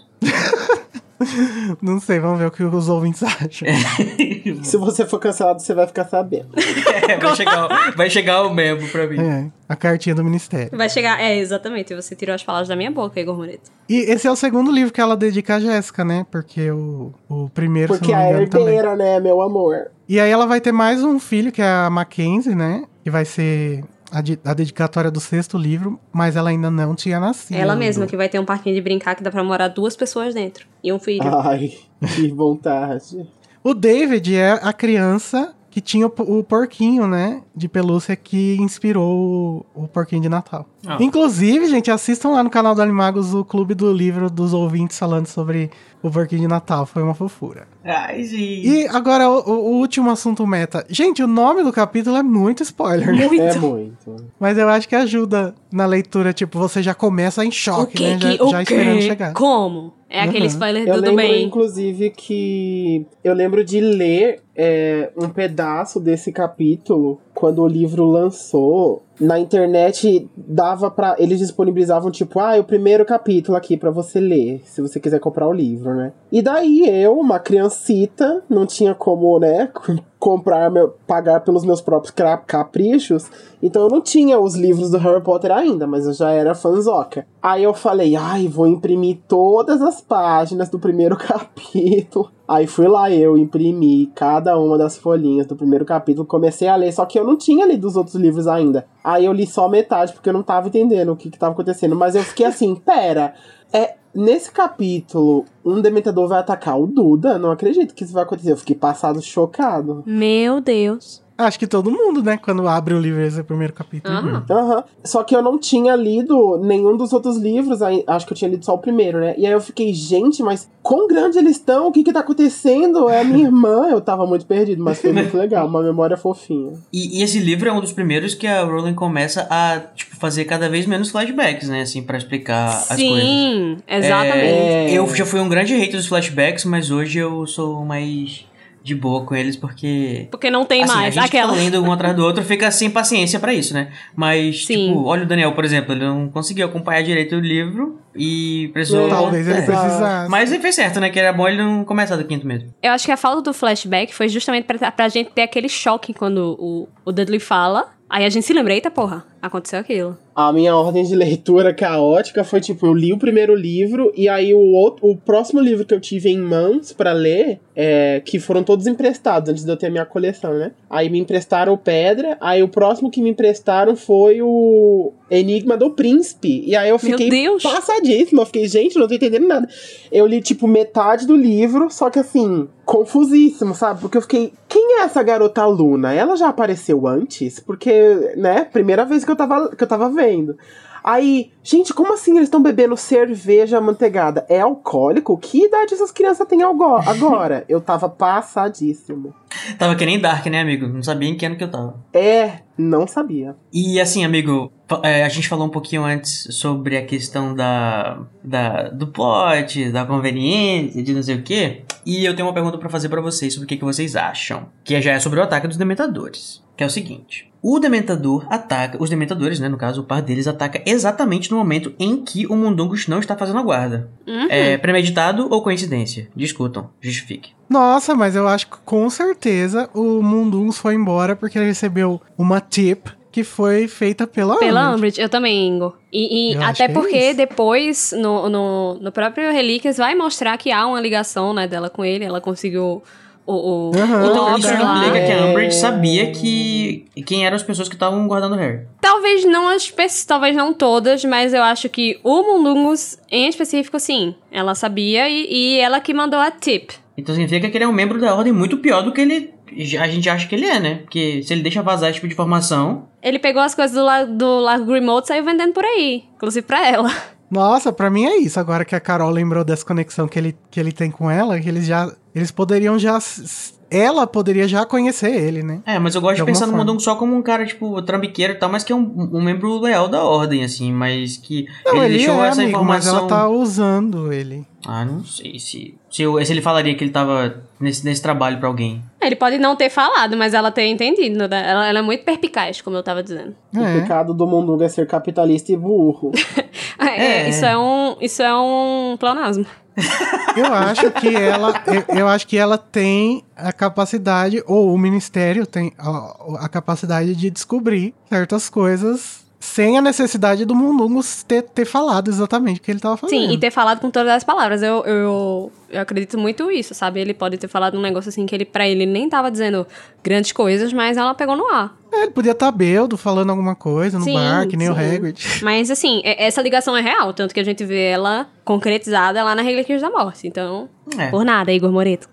Não sei, vamos ver o que os ouvintes acham. Se você for cancelado, você vai ficar sabendo. É, vai, chegar, vai chegar o memo pra mim. É, a cartinha do ministério. Vai chegar, é, exatamente, você tirou as palavras da minha boca, Igor Moreto. E esse é o segundo livro que ela dedica a Jéssica, né? Porque o, o primeiro, Porque se não me a engano, herdeira, também. né, meu amor? E aí ela vai ter mais um filho, que é a Mackenzie, né? Que vai ser a, de, a dedicatória do sexto livro, mas ela ainda não tinha nascido. Ela mesma, que vai ter um parquinho de brincar que dá pra morar duas pessoas dentro. E um filho. Ai, que vontade. O David é a criança que tinha o, o porquinho, né? De pelúcia que inspirou o, o porquinho de Natal. Ah. Inclusive, gente, assistam lá no canal do Animagos o Clube do Livro dos ouvintes falando sobre o porquinho de Natal. Foi uma fofura. Ai, gente. E agora, o, o último assunto meta. Gente, o nome do capítulo é muito spoiler, né? Muito. É muito. Mas eu acho que ajuda na leitura. Tipo, você já começa em choque, o que, né? que, Já, o já quê? esperando chegar. Como? É Uhum. aquele spoiler Eu do, do lembro, bem. inclusive, que... Eu lembro de ler é, um pedaço desse capítulo quando o livro lançou. Na internet, dava pra... Eles disponibilizavam, tipo, ah, é o primeiro capítulo aqui pra você ler, se você quiser comprar o livro, né? E daí eu, uma criancita, não tinha como, né, comprar, meu, pagar pelos meus próprios caprichos, então eu não tinha os livros do Harry Potter ainda, mas eu já era fanzoca. Aí eu falei, ai, vou imprimir todas as páginas do primeiro capítulo. Aí fui lá eu, imprimi cada uma das folhinhas do primeiro capítulo, comecei a ler, só que eu não tinha lido os outros livros ainda. Aí eu li só metade, porque eu não tava entendendo o que que tava acontecendo, mas eu fiquei assim, pera, é... Nesse capítulo, um dementador vai atacar o Duda? Não acredito que isso vai acontecer. Eu fiquei passado chocado. Meu Deus. Acho que todo mundo, né? Quando abre o livro, esse é o primeiro capítulo. Aham. Aham. Só que eu não tinha lido nenhum dos outros livros. aí- Acho que eu tinha lido só o primeiro, né? E aí eu fiquei, gente, mas quão grande eles estão? O que que tá acontecendo? É a minha irmã. Eu tava muito perdido, mas foi muito legal. Uma memória fofinha. E, e esse livro é um dos primeiros que a Rowling começa a, tipo, fazer cada vez menos flashbacks, né? Assim, pra explicar as coisas. Sim, exatamente. É. Eu já fui um grande hater dos flashbacks, mas hoje eu sou mais de boa com eles, porque... Porque não tem assim, mais a gente aquela. tá lendo um atrás do outro, fica sem paciência pra isso, né? Mas, Sim. tipo, olha o Daniel, por exemplo, ele não conseguiu acompanhar direito o livro e precisou... Talvez ele É. precisasse. Mas ele fez certo, né? Que era bom ele não começar do quinto mesmo. Eu acho que a falta do flashback foi justamente pra, pra gente ter aquele choque quando o, o Dudley fala. Aí a gente se lembra, eita porra, aconteceu aquilo. A minha ordem de leitura caótica foi tipo, eu li o primeiro livro e aí o outro, o próximo livro que eu tive em mãos pra ler, é, que foram todos emprestados antes de eu ter a minha coleção, né? Aí me emprestaram o Pedra, aí o próximo que me emprestaram foi o Enigma do Príncipe. E aí eu Meu fiquei Deus! passadíssima, eu fiquei, gente, não tô entendendo nada. Eu li tipo metade do livro, só que assim, confusíssimo, sabe? Porque eu fiquei, quem é essa garota Luna? Ela já apareceu antes? Porque, né, primeira vez que eu tava, que eu tava vendo. Aí, gente, como assim eles estão bebendo cerveja amanteigada? É alcoólico? Que idade essas crianças têm algo- agora? Eu tava passadíssimo. Tava que nem Dark, né, amigo? Não sabia em que ano que eu tava. É, não sabia. E assim, amigo, fa- é, a gente falou um pouquinho antes sobre a questão da, da do plot, da conveniência, de não sei o quê. E eu tenho uma pergunta pra fazer pra vocês sobre o que, que vocês acham. Que já é sobre o ataque dos Dementadores. Que é o seguinte: o Dementador ataca, os Dementadores, né, no caso, o par deles ataca exatamente no momento em que o Mundungus não está fazendo a guarda. Uhum. É premeditado ou coincidência? Discutam, justifique. Nossa, mas eu acho que com certeza o Mundungus foi embora porque ele recebeu uma tip que foi feita pela Pela Umbridge. Umbridge, eu também, Ingo. E, e Eu acho até que é porque isso. depois, no, no, no próprio Relíquias, vai mostrar que há uma ligação, né, dela com ele. Ela conseguiu o, o, Aham, o Então Dobby isso verdade. lá. implica que a É. Umbridge sabia que quem eram as pessoas que estavam guardando o Harry. Talvez não as pe- talvez não todas, mas eu acho que o Mundungus, em específico, sim. Ela sabia e, e ela que mandou a tip. Então significa que ele é um membro da ordem muito pior do que ele a gente acha que ele é, né? Porque se ele deixa vazar esse tipo de informação... Ele pegou as coisas do, la- do Largo Grimmauld e saiu vendendo por aí. Inclusive pra ela. Nossa, pra mim é isso. Agora que a Carol lembrou dessa conexão que ele, que ele tem com ela, que eles já. Eles poderiam já. Ela poderia já conhecer ele, né? É, mas eu gosto De de, pensar alguma no forma. Mundungus só como um cara, tipo, trambiqueiro e tal, mas que é um, um membro leal da ordem, assim, mas que Não, ele, ele, deixou é essa amigo, mas informação... ela tá usando ele. Ah, não sei se... Se, eu- se ele falaria que ele tava nesse, nesse trabalho pra alguém. Ele pode não ter falado, mas ela ter entendido. Né? Ela, ela é muito perpicaz, como eu tava dizendo. O É. pecado do Mundungus é ser capitalista e burro. É, É. Isso é um, isso é um pleonasmo. Eu acho que ela. Eu, eu acho que ela tem a capacidade, ou o Ministério tem a, a capacidade de descobrir certas coisas sem a necessidade do Mundungus ter, ter falado exatamente o que ele tava fazendo. Sim, e ter falado com todas as palavras. Eu, eu, eu acredito muito isso, sabe? Ele pode ter falado um negócio assim que ele, pra ele nem tava dizendo grandes coisas, mas ela pegou no ar. É, ele podia estar bêbado falando alguma coisa no Sim, bar, que nem o sim. Hagrid. Mas assim, é- essa ligação é real, tanto que a gente vê ela concretizada lá na Relíquias da Morte. Então, É. por nada, Igor Moreto.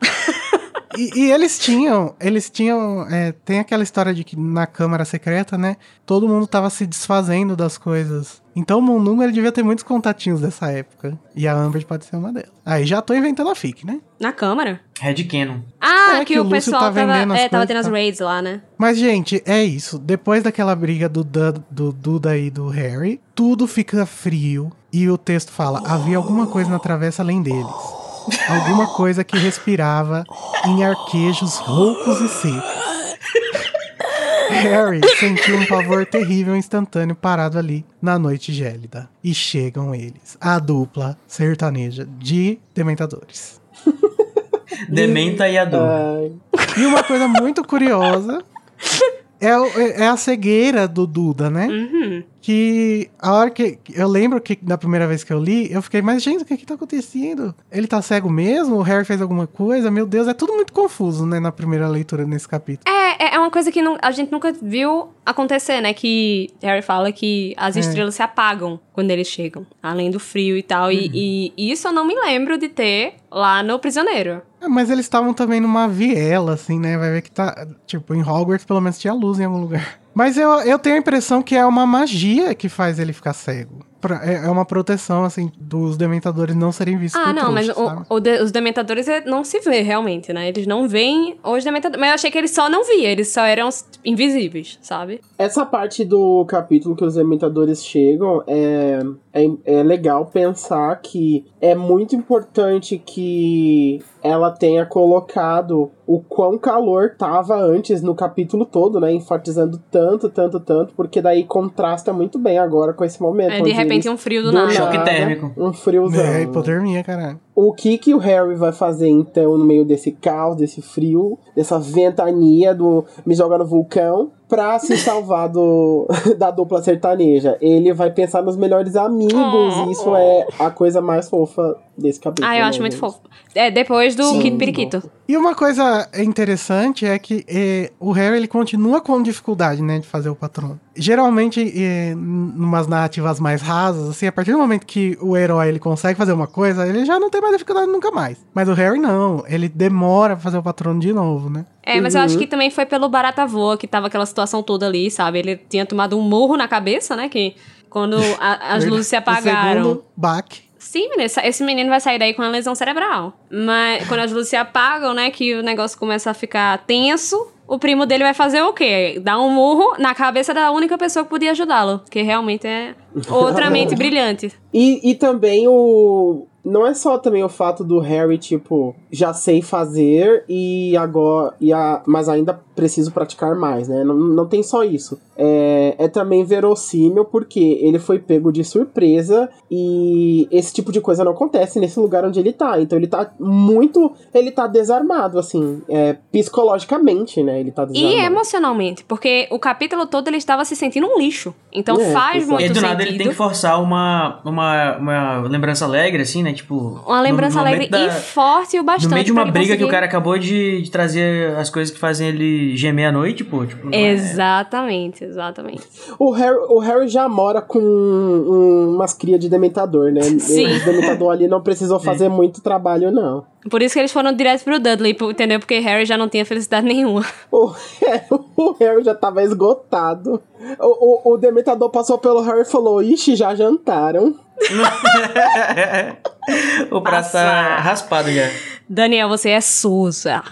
E, e eles tinham, eles tinham, é, tem aquela história de que na Câmara Secreta, né, todo mundo tava se desfazendo das coisas. Então o Mundungus, ele devia ter muitos contatinhos dessa época. E a Umbridge pode ser uma delas. Aí já tô inventando a fic, né? Na Câmara? Headcanon. Ah, É, que, que o o Lúcio pessoal tá tava, vendendo as é, tava coisas, tendo as tá? raids lá, né? Mas, gente, é isso. Depois daquela briga do, Du- do Duda e do Harry, tudo fica frio. E o texto fala, havia alguma coisa na travessa além deles. Alguma coisa que respirava em arquejos roucos e secos. Harry sentiu um pavor terrível instantâneo parado ali na noite gélida. E chegam eles, a dupla sertaneja de Dementadores. Dementa e a dor. Ai. E uma coisa muito curiosa é, o- é a cegueira do Duda, né? Uhum. Que a hora que... Eu lembro que da primeira vez que eu li, eu fiquei, mas gente, o que que tá acontecendo? Ele tá cego mesmo? O Harry fez alguma coisa? Meu Deus, é tudo muito confuso, né? Na primeira leitura nesse capítulo. É, é, é uma coisa que não, a gente nunca viu acontecer, né? Que Harry fala que as É. estrelas se apagam quando eles chegam. Além do frio e tal. Uhum. E, e isso eu não me lembro de ter lá no Prisioneiro. É, mas eles estavam também numa viela, assim, né? Vai ver que tá... Tipo, em Hogwarts pelo menos tinha luz em algum lugar. Mas eu, eu tenho a impressão que é uma magia que faz ele ficar cego. Pra- É é uma proteção, assim, dos dementadores não serem vistos Ah, por não, mas trouxa, o- sabe? o de- os dementadores é- não se vê realmente, né? Eles não veem os dementadores. Mas eu achei que eles só não viam, eles só eram invisíveis, sabe? Essa parte do capítulo que os dementadores chegam é, é, é legal pensar que é muito importante que ela tenha colocado o quão calor tava antes no capítulo todo, né? Enfatizando tanto, tanto, tanto, porque daí contrasta muito bem agora com esse momento. É, de onde repente eles, um frio do nada. Choque térmico. Um friozão. É, hipotermia, caralho. O que que o Harry vai fazer, então, no meio desse caos, desse frio, dessa ventania do me jogar no vulcão, pra se salvar do, da dupla sertaneja? Ele vai pensar nos melhores amigos, Oh. e isso é a coisa mais fofa desse capítulo. Ah, eu né, acho muito gente? fofo. É, depois do Sim, Kid muito Periquito. E uma coisa interessante é que eh, o Harry, ele continua com dificuldade, né, de fazer o patrono. Geralmente, eh, numas narrativas mais rasas, assim, a partir do momento que o herói, ele consegue fazer uma coisa, ele já não tem mais dificuldade nunca mais. Mas o Harry não, ele demora pra fazer o patrono de novo, né? É, mas eu Uhum. acho que também foi pelo Barata Voa, que tava aquela situação toda ali, sabe? Ele tinha tomado um murro na cabeça, né? Que quando a- as luzes se O apagaram... segundo baque. Sim, menino, essa- esse menino vai sair daí com uma lesão cerebral. Mas quando as luzes se apagam, né, que o negócio começa a ficar tenso, o primo dele vai fazer o quê? Dar um murro na cabeça da única pessoa que podia ajudá-lo. Que realmente é outra mente brilhante. E, e também o... Não é só também o fato do Harry, tipo, já sei fazer e agora... E a, mas ainda preciso praticar mais, né? Não, não tem só isso. É, é também verossímil porque ele foi pego de surpresa e esse tipo de coisa não acontece nesse lugar onde ele tá. Então ele tá muito... Ele tá desarmado, assim, é, psicologicamente, né? Ele tá desarmado. E emocionalmente, porque o capítulo todo ele estava se sentindo um lixo. Então É, faz exato. muito E aí, do sentido. nada ele tem que forçar uma, uma, uma lembrança alegre, assim, né? Tipo. Uma lembrança no- no alegre momento e da- forte o bastante. No meio de pra uma ele briga que conseguir- o cara acabou de, de trazer as coisas que fazem ele gemer à noite, pô. Tipo, não é- Exatamente, exatamente. O Harry, o Harry já mora com um, umas crias de dementador, né? Sim. O dementador ali não precisou fazer muito trabalho, não. Por isso que eles foram direto pro Dudley, entendeu? Porque Harry já não tinha felicidade nenhuma. O, o Harry já tava esgotado. O, o, o dementador passou pelo Harry e falou: Ixi, já jantaram. O prato tá Nossa. raspado já. Daniel, você é Sousa.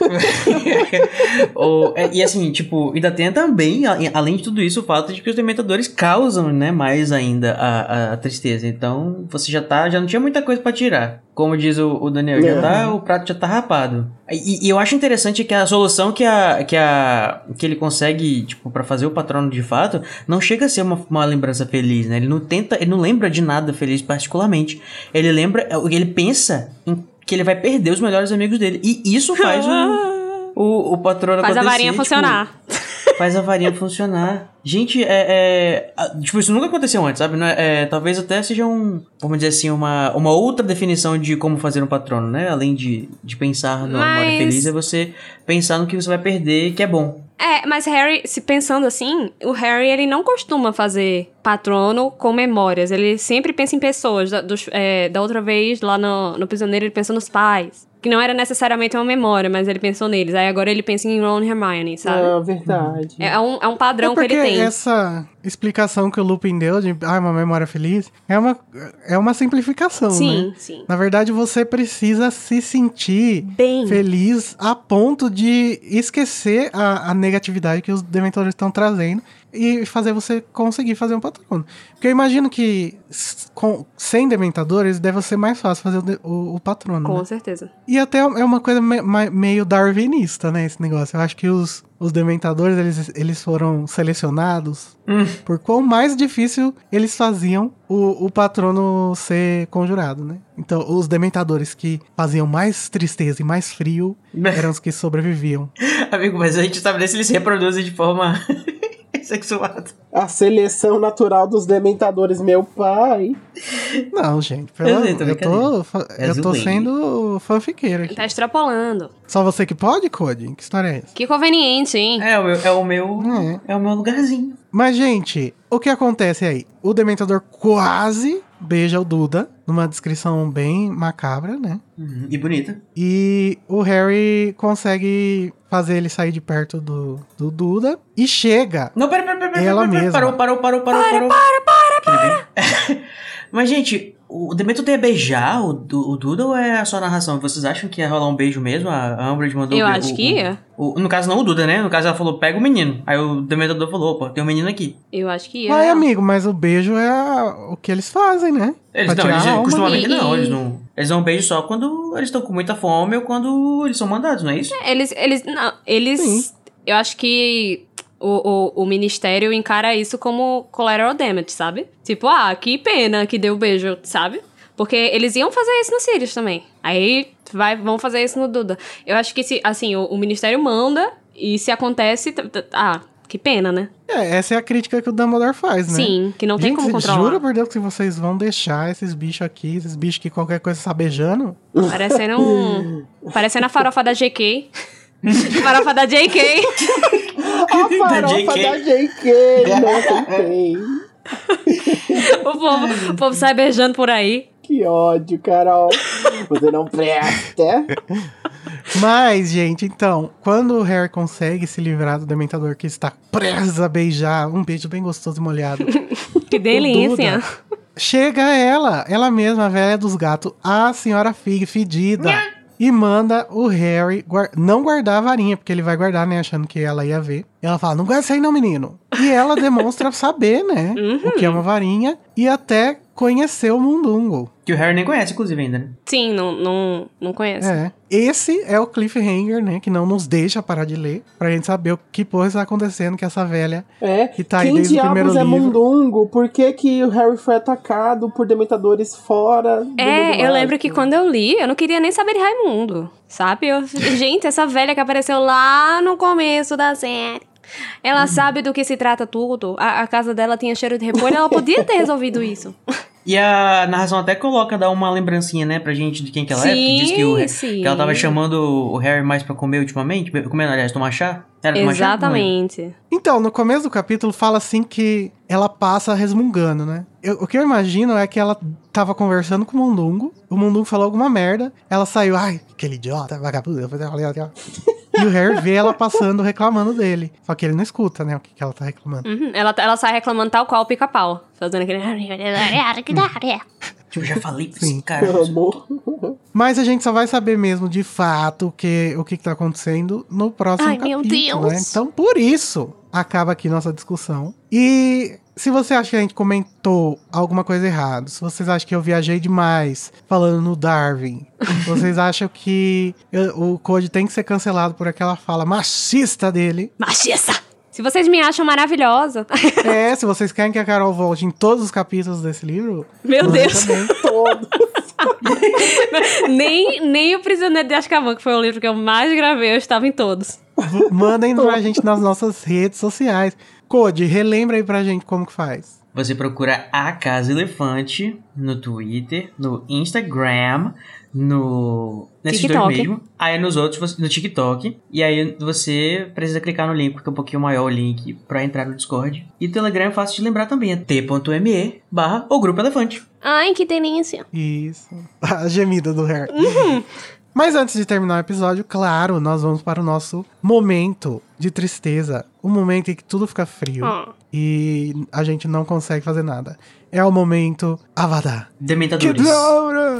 Ou, é, e assim, tipo, ainda tem também, a- além de tudo isso, o fato de que os dementadores causam, né, mais ainda a, a, a tristeza. Então, você já tá, já não tinha muita coisa pra tirar. Como diz o, o Daniel, já É. tá, o prato já tá rapado. E, e eu acho interessante que a solução que, a, que, a, que ele consegue, tipo, pra fazer o patrono de fato, não chega a ser uma, uma lembrança feliz, né? Ele não tenta, ele não lembra de nada feliz particularmente. Ele lembra, ele pensa em que ele vai perder os melhores amigos dele. E isso faz o, o, o patrono Faz a acontecer, varinha tipo, funcionar. Faz a varinha funcionar. Gente, é, é, a- tipo, isso nunca aconteceu antes, sabe? Não é- é, talvez até seja um, vamos dizer assim, uma, uma outra definição de como fazer um patrono, né? Além de, de pensar numa memória Mas- feliz, é você pensar no que você vai perder, que é bom. É, mas Harry, se pensando assim, o Harry, ele não costuma fazer patrono com memórias. Ele sempre pensa em pessoas. Da, dos- é, da outra vez, lá no, no Prisioneiro, ele pensou nos pais. Que não era necessariamente uma memória, mas ele pensou neles. Aí agora ele pensa em Ron e Hermione, sabe? Ah, verdade. É, um, é um padrão é que porque ele tem. essa explicação que o Lupin deu de ah, uma memória feliz é uma, é uma simplificação, Sim, né? sim. Na verdade, você precisa se sentir Bem. feliz a ponto de esquecer a, a negatividade que os dementadores estão trazendo e fazer você conseguir fazer um patrono. Porque eu imagino que s- com, sem dementadores deve ser mais fácil fazer o, de- o, o patrono, Com né? certeza. E até é uma coisa me- ma- meio darwinista, né, esse negócio. Eu acho que os, os dementadores, eles, eles foram selecionados por quão mais difícil eles faziam o, o patrono ser conjurado, né? Então, os dementadores que faziam mais tristeza e mais frio eram os que sobreviviam. Amigo, mas a gente sabe nem se eles se reproduzem de forma sexuado. A seleção natural dos dementadores, meu pai. Não, gente, pelo Eu amor, sei, tô eu tô, fa- É eu tô zoeira. sendo fanfiqueiro aqui. Tá extrapolando. Só você que pode, Code? Que história é essa? Que conveniente, hein? É, o meu, é o meu, É. é o meu lugarzinho. Mas, gente, o que acontece aí? O Dementador quase beija o Duda, numa descrição bem macabra, né? Uhum. E bonita. E o Harry consegue fazer ele sair de perto do, do Duda e chega. Não, pera, pera, pera, pera, Ela pera, pera, mesma. Parou, parou, parou, parou, Para, parou. para, para, para. Mas, gente, o Dementor tem a beijar o, Du- o Duda ou é só narração? Vocês acham que ia rolar um beijo mesmo? A Umbridge mandou... Eu o- acho o- que ia. o- o- no caso, não o Duda, né? No caso, ela falou, pega o menino. Aí o Dementador falou, opa, tem um menino aqui. Eu acho que ia. Vai, amigo, mas o beijo é a- o que eles fazem, né? Eles, Pra não, tirar eles a alma. costumamente E- não. e- Eles não... Eles dão um beijo só quando eles estão com muita fome ou quando eles são mandados, não é isso? Eles, eles, não, eles, Sim. eu acho que o, o, o ministério encara isso como collateral damage, sabe? Tipo, ah, que pena que deu o beijo, sabe? Porque eles iam fazer isso no Sirius também. Aí vai, vão fazer isso no Duda. Eu acho que, se, assim, o, o ministério manda e se acontece, t- t- ah, que pena, né? É, essa é a crítica que o Dumbledore faz, né? Sim, que não tem Gente, como controlar. jura por Deus que vocês vão deixar esses bichos aqui, esses bichos que qualquer coisa tá beijando? Parecendo um... parecendo a farofa da J K. Farofa da J K. A farofa J K. da J K. Não tem. O povo, o povo sai beijando por aí. Que ódio, Carol. Você não presta. Mas, gente, então, quando o Harry consegue se livrar do Dementador que está prestes a beijar, um beijo bem gostoso e molhado, Que delícia. Duda, chega ela, ela mesma, a velha dos gatos, a senhora Fig, fedida, e manda o Harry guar- não guardar a varinha, porque ele vai guardar, né, achando que ela ia ver. Ela fala, não guarda isso aí não, menino. E ela demonstra saber, né, o que é uma varinha, e até conhecer o Mundungo. Que o Harry nem conhece, inclusive, ainda, né? Sim, não, não, não conheço. É. Esse é o cliffhanger, né, que não nos deixa parar de ler, pra gente saber o que porra está acontecendo, que essa velha É. que tá aí Quem desde o primeiro diabos é livro. Mundungo? Por que, que o Harry foi atacado por dementadores fora do mundo É, eu lembro mágico? que quando eu li, eu não queria nem saber de Raimundo, sabe? Eu, gente, essa velha que apareceu lá no começo da série. Ela sabe do que se trata tudo. A, a casa dela tinha cheiro de repolho, ela podia ter resolvido isso. E a narração até coloca, dá uma lembrancinha, né, pra gente de quem que ela é. Porque diz que, o, Sim, que ela tava sim. chamando o Harry mais pra comer ultimamente. Comendo, aliás, tomar chá. Era tomar chá? Não lembro. Exatamente. Então, no começo do capítulo fala assim que ela passa resmungando, né? Eu- o que eu imagino é que ela tava conversando com o Mundungo, o Mundungo falou alguma merda, ela saiu, ai, aquele idiota, vagabundo. eu vou fazer- E o Harry vê ela passando reclamando dele. Só que ele não escuta, né, o que, que ela tá reclamando. Uhum, ela, ela sai reclamando tal qual o pica-pau. Fazendo aquele... Tipo, eu já falei pra Sim. esse cara. Amor. Mas a gente só vai saber mesmo, de fato, o que, o que que tá acontecendo no próximo Ai, meu capítulo, Deus. né? Então, por isso, acaba aqui nossa discussão. E se você acha que a gente comentou alguma coisa errada, se vocês acham que eu viajei demais falando no Darwin, se vocês acham que eu- o Code tem que ser cancelado por aquela fala machista dele, Machista! Se vocês me acham maravilhosa... é, se vocês querem que a Carol volte em todos os capítulos desse livro, Meu manda Deus. também. Todo. nem, nem o Prisioneiro de Azkaban, que foi o livro que eu mais gravei, eu estava em todos. V- Mandem pra gente nas nossas redes sociais. Code, relembra aí pra gente como que faz. Você procura a Casa Elefante no Twitter, no Instagram, no... Nesses TikTok. dois mesmo. Aí nos outros, você- no TikTok. E aí você precisa clicar no link, porque é um pouquinho maior o link pra entrar no Discord. E o Telegram é fácil de lembrar também. É t.me barra o Grupo Elefante. Ai, que delícia. Isso. A gemida do Harry. Mas antes de terminar o episódio, claro, nós vamos para o nosso momento de tristeza. O momento em que tudo fica frio Ah. e a gente não consegue fazer nada. É o momento Avada. Dementadores. Kedavra!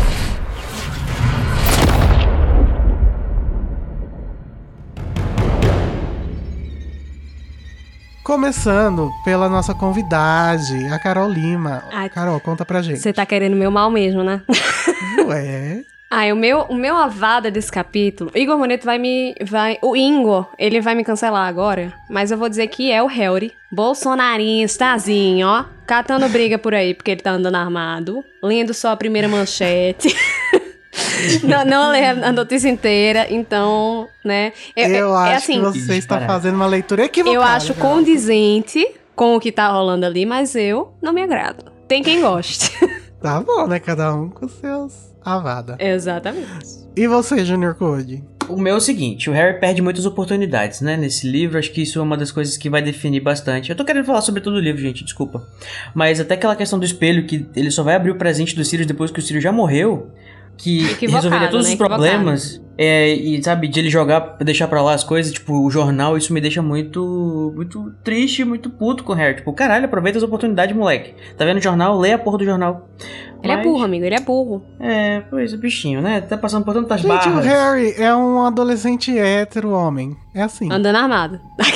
Começando pela nossa convidada, a Carol Lima. Ai, Carol, conta pra gente. Você tá querendo meu mal mesmo, né? Ué... Ai, o meu, o meu avada desse capítulo... Igor Moneto vai me... Vai, o Ingo, ele vai me cancelar agora. Mas eu vou dizer que é o Harry. Bolsonaristazinho, ó. Catando briga por aí, porque ele tá andando armado. Lendo só a primeira manchete. não, não lê a notícia inteira, então, né? Eu, eu é, acho é assim, que você está fazendo uma leitura equivocada. Eu acho Carol. condizente com o que tá rolando ali, mas eu não me agrado. Tem quem goste. Tá bom, né? Cada um com seus avada. Exatamente. E você, Junior Code? O meu é o seguinte, o Harry perde muitas oportunidades, né, nesse livro, acho que isso é uma das coisas que vai definir bastante. Eu tô querendo falar sobre todo o livro, gente, desculpa. Mas até aquela questão do espelho, que ele só vai abrir o presente do Sirius depois que o Sirius já morreu, que Equivocado, resolveria todos né? os problemas, é, e sabe, de ele jogar, deixar pra lá as coisas, tipo, o jornal, isso me deixa muito, muito triste, muito puto com o Harry. Tipo, caralho, aproveita as oportunidades, moleque. Tá vendo o jornal? Lê a porra do jornal. Ele Mas, é burro, amigo, ele é burro. É, pois, o bichinho, né? Tá passando por tantas Gente, barras. o Harry é um adolescente hétero homem. É assim. Andando armado.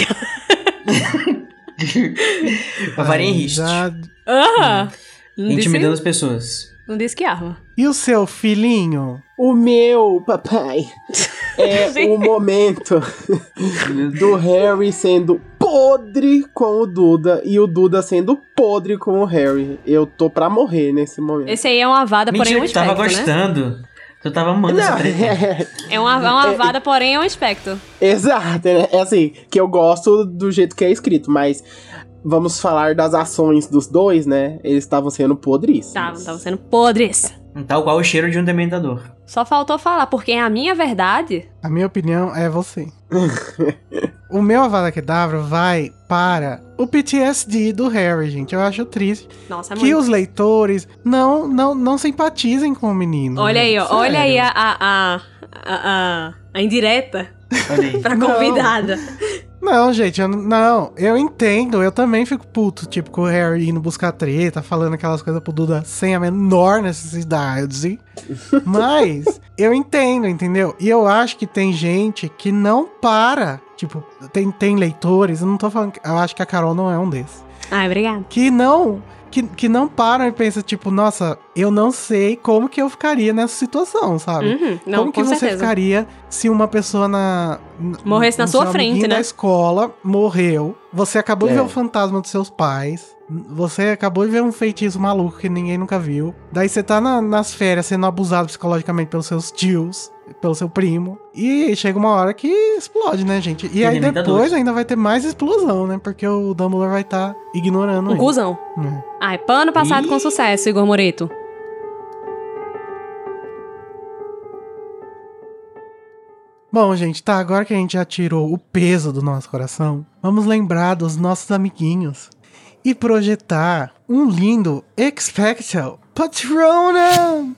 A varinha em riste. Já... Ah, não Intimidando as disse, pessoas. não disse que arma. E o seu filhinho? O meu, papai, é o momento do Harry sendo podre com o Duda e o Duda sendo podre com o Harry. Eu tô pra morrer nesse momento. Esse aí é uma avada, porém é Mentira, um tu tava espectro, né? gostando. Tu tava amando essa Não, treta. é, É uma, é uma avada, porém é um espectro. exato, né? É assim, que eu gosto do jeito que é escrito, mas vamos falar das ações dos dois, né? Eles estavam sendo podres. Estavam, estavam sendo podres. Tal qual o cheiro de um dementador. Só faltou falar, porque é a minha verdade. A minha opinião é você. O meu Avada Kedavra vai para o P T S D do Harry, gente. Eu acho triste Nossa, é que muito. os leitores não, não, não simpatizem com o menino. Olha aí, ó. gente. Olha aí Sério. a, a, a, a, a indireta Olha aí. pra Não. convidada. Não, gente, eu, não, eu entendo, eu também fico puto, tipo, com o Harry indo buscar treta, falando aquelas coisas pro Duda sem a menor necessidade, mas eu entendo, entendeu? E eu acho que tem gente que não para, tipo, tem, tem leitores, eu não tô falando, eu acho que a Carol não é um desses, Ai, obrigada. que não... Que, que não param e pensam, tipo, nossa, eu não sei como que eu ficaria nessa situação, sabe? Uhum, não, como que com você certeza. ficaria se uma pessoa na... n- Morresse na no sua seu frente, amiguinho né? da escola, morreu, você acabou de É. ver o fantasma dos seus pais, você acabou de ver um feitiço maluco que ninguém nunca viu, daí você tá na- nas férias sendo abusado psicologicamente pelos seus tios, pelo seu primo, e chega uma hora que explode, né, gente? E aí Dementadores. depois ainda vai ter mais explosão, né? Porque o Dumbledore vai estar tá ignorando Um ele. cuzão. É. Ai, pano passado Ih. com sucesso, Igor Moreto. Bom, gente, tá, agora que a gente já tirou o peso do nosso coração, vamos lembrar dos nossos amiguinhos e projetar um lindo Expecto Patronum!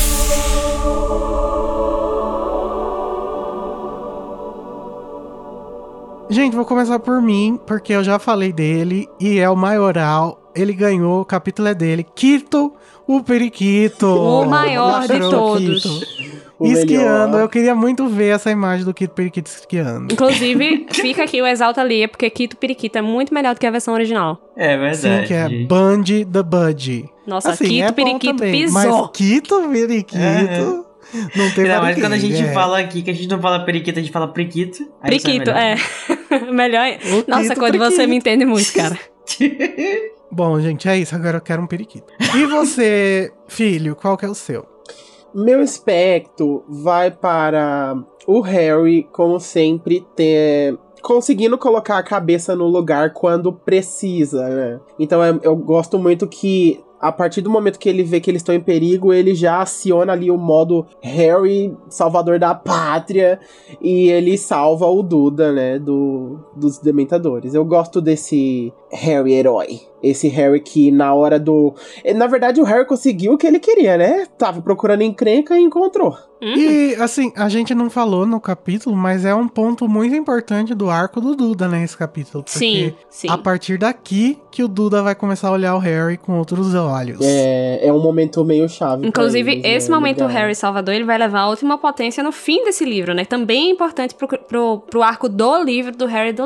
Gente, vou começar por mim, porque eu já falei dele e é o maioral. Ele ganhou, o capítulo é dele. Quito, o periquito. O maior de Ladrão todos. Quito. O Esquiando, melhor. eu queria muito ver essa imagem do Quito Periquito esquiando. Inclusive, fica aqui o Exalta Lia, porque Quito Periquito é muito melhor do que a versão original. É verdade. Sim, que é Band the Bud. Nossa, Assim, Quito é bom Periquito também, pisou. Mas Quito Periquito É. não tem Não, pra mas ninguém, quando a gente é. fala aqui, que a gente não fala periquito, a gente fala priquito. aí sai Periquito, melhor. é. Melhor. O Nossa, Quito quando você Periquito. me entende muito, cara. Bom, gente, é isso. Agora eu quero um periquito. E você, filho, qual que é o seu? Meu espectro vai para o Harry, como sempre, ter... conseguindo colocar a cabeça no lugar quando precisa, né? Então eu, eu gosto muito que, a partir do momento que ele vê que eles estão em perigo, ele já aciona ali o modo Harry, salvador da pátria, e ele salva o Duda, né, do, dos Dementadores. Eu gosto desse Harry herói. Esse Harry que na hora do... Na verdade, o Harry conseguiu o que ele queria, né? Tava procurando encrenca e encontrou. E, assim, a gente não falou no capítulo, mas é um ponto muito importante do arco do Duda, né, esse capítulo. Porque Sim, sim. a partir daqui que o Duda vai começar a olhar o Harry com outros olhos. É, é um momento meio chave pra Inclusive, eles, esse né? momento do Legal. Harry Salvador, ele vai levar a última potência no fim desse livro, né? Também é importante pro, pro, pro arco do livro, do Harry do livro.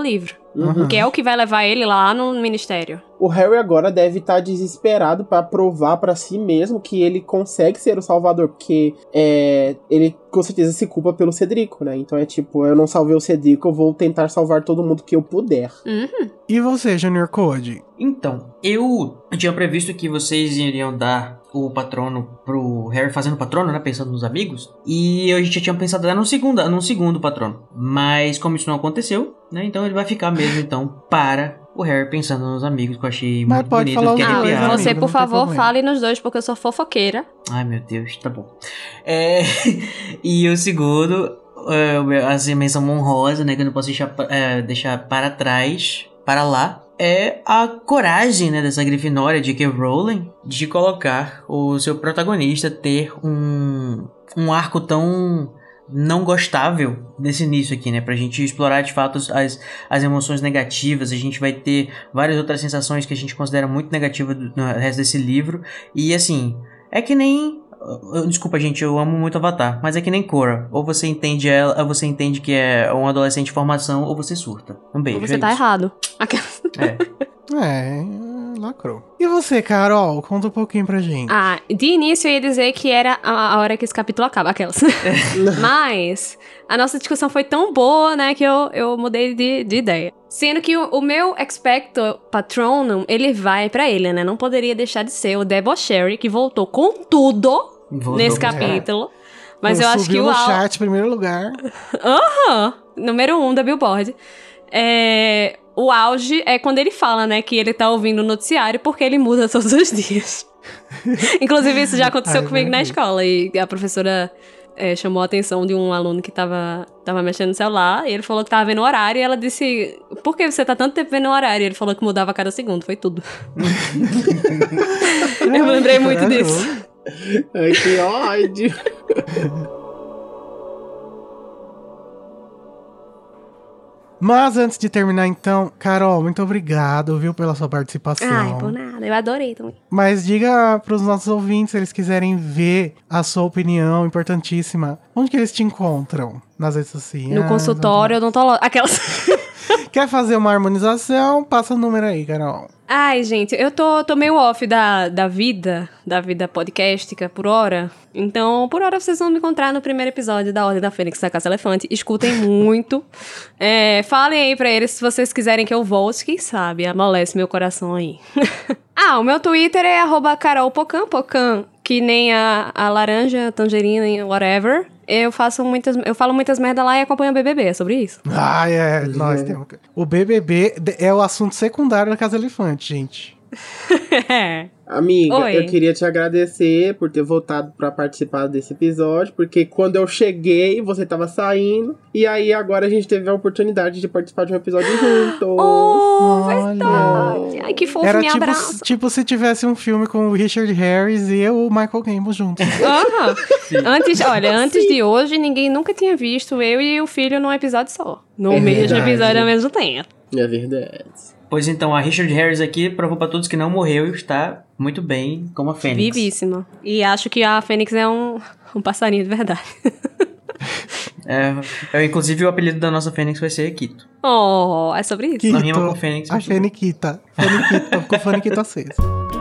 Uhum. Que é o que vai levar ele lá no ministério. O Harry agora deve estar desesperado pra provar pra si mesmo que ele consegue ser o salvador, porque é, ele com certeza se culpa pelo Cedrico, né? Então é tipo, eu não salvei o Cedrico, eu vou tentar salvar todo mundo que eu puder. Uhum. E você, Junior Code? Então, eu tinha previsto que vocês iriam dar o patrono pro Harry fazendo patrono, né? Pensando nos amigos. E eu já tinha pensado dar no segundo, num segundo patrono. Mas como isso não aconteceu, né? Então ele vai ficar mesmo, então, para o Harry pensando nos amigos, que eu achei Mas muito pode bonito. falar Eu fiquei os dois, arrepiado. Ah, você, amigo, por não tem favor, problema. fale nos dois, porque eu sou fofoqueira. Ai, meu Deus, tá bom. É... e o segundo, é, a menção honrosa, né? Que eu não posso deixar, é, deixar para trás, para lá. É a coragem, né, dessa Grifinória, de J K Rowling, de colocar o seu protagonista ter um, um arco tão não gostável desse início aqui, né? Pra gente explorar de fato as, as emoções negativas. A gente vai ter várias outras sensações que a gente considera muito negativas no resto desse livro. E assim, é que nem... Desculpa, gente, eu amo muito Avatar, mas é que nem Korra. Ou você entende ela, ou você entende que é um adolescente em formação, ou você surta. Um beijo. Ou você é tá isso. errado. É. É, lacrou. E você, Carol? Conta um pouquinho pra gente. Ah, de início eu ia dizer que era a, a hora que esse capítulo acaba, aquelas. Mas a nossa discussão foi tão boa, né, que eu, eu mudei de, de ideia. Sendo que o, o meu Expecto Patronum, ele vai pra ele, né? Não poderia deixar de ser o Debochery, que voltou com tudo Voltou nesse com capítulo. Mas Então, eu acho que subiu o no Al... chat, primeiro lugar. Aham! Número um da Billboard. É... O auge é quando ele fala, né, que ele tá ouvindo o noticiário porque ele muda todos os dias. Inclusive, isso já aconteceu Ai, comigo na meu Deus. escola. E a professora é, chamou a atenção de um aluno que tava, tava mexendo no celular. E ele falou que tava vendo o horário. E ela disse, por que você tá tanto tempo vendo o horário? E ele falou que mudava a cada segundo. Foi tudo. Eu me lembrei Ai, muito corajoso. disso. Ai, que ódio. Mas antes de terminar, então, Carol, muito obrigado, viu, pela sua participação. Ai, por nada. Eu adorei também. Mas diga pros nossos ouvintes, se eles quiserem ver a sua opinião importantíssima, onde que eles te encontram? Nas redes sociais? No consultório odontológico. Aquelas... Quer fazer uma harmonização? Passa o número aí, Carol. Ai, gente, eu tô, tô meio off da, da vida, da vida podcastica por hora. Então, por hora, vocês vão me encontrar no primeiro episódio da Ordem da Fênix da Caça Elefante. Escutem muito. É, falem aí pra eles se vocês quiserem que eu volte. Quem sabe amolece meu coração aí. Ah, o meu Twitter é arroba carolpocan, pocan, que nem a, a laranja, tangerina e whatever. Eu faço muitas, eu falo muitas merda lá e acompanho o B B B, é sobre isso? Ah, é, nós temos... O B B B é o assunto secundário da Casa Elefante, gente. Amiga, Oi. eu queria te agradecer por ter voltado pra participar desse episódio, porque quando eu cheguei, você tava saindo, e aí agora a gente teve a oportunidade de participar de um episódio juntos. Oh, Olha. verdade! Ai, que fofo, Era me tipo, abraça. tipo se tivesse um filme com o Richard Harris e o Michael Gambon juntos. Aham. Antes, olha, antes de hoje, ninguém nunca tinha visto eu e o filho num episódio só. No É mesmo verdade. episódio ao mesmo tempo. É verdade. Pois então, a Richard Harris aqui provou pra todos que não morreu e está muito bem como a Fênix. Vivíssima. E acho que a Fênix é um, um passarinho de verdade. É, eu, inclusive, o apelido da nossa Fênix vai ser Quito. Oh, é sobre isso? Não rima com Fênix, A mas tudo bem. Feniquita. Feniquita, ficou Feniquita seis.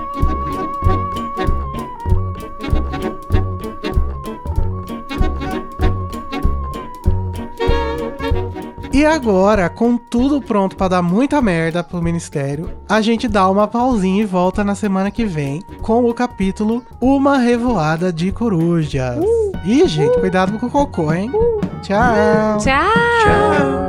E agora, com tudo pronto pra dar muita merda pro ministério, a gente dá uma pausinha e volta na semana que vem com o capítulo Uma Revoada de Corujas. Ih, gente, cuidado com o cocô, hein? Tchau! Tchau! Tchau.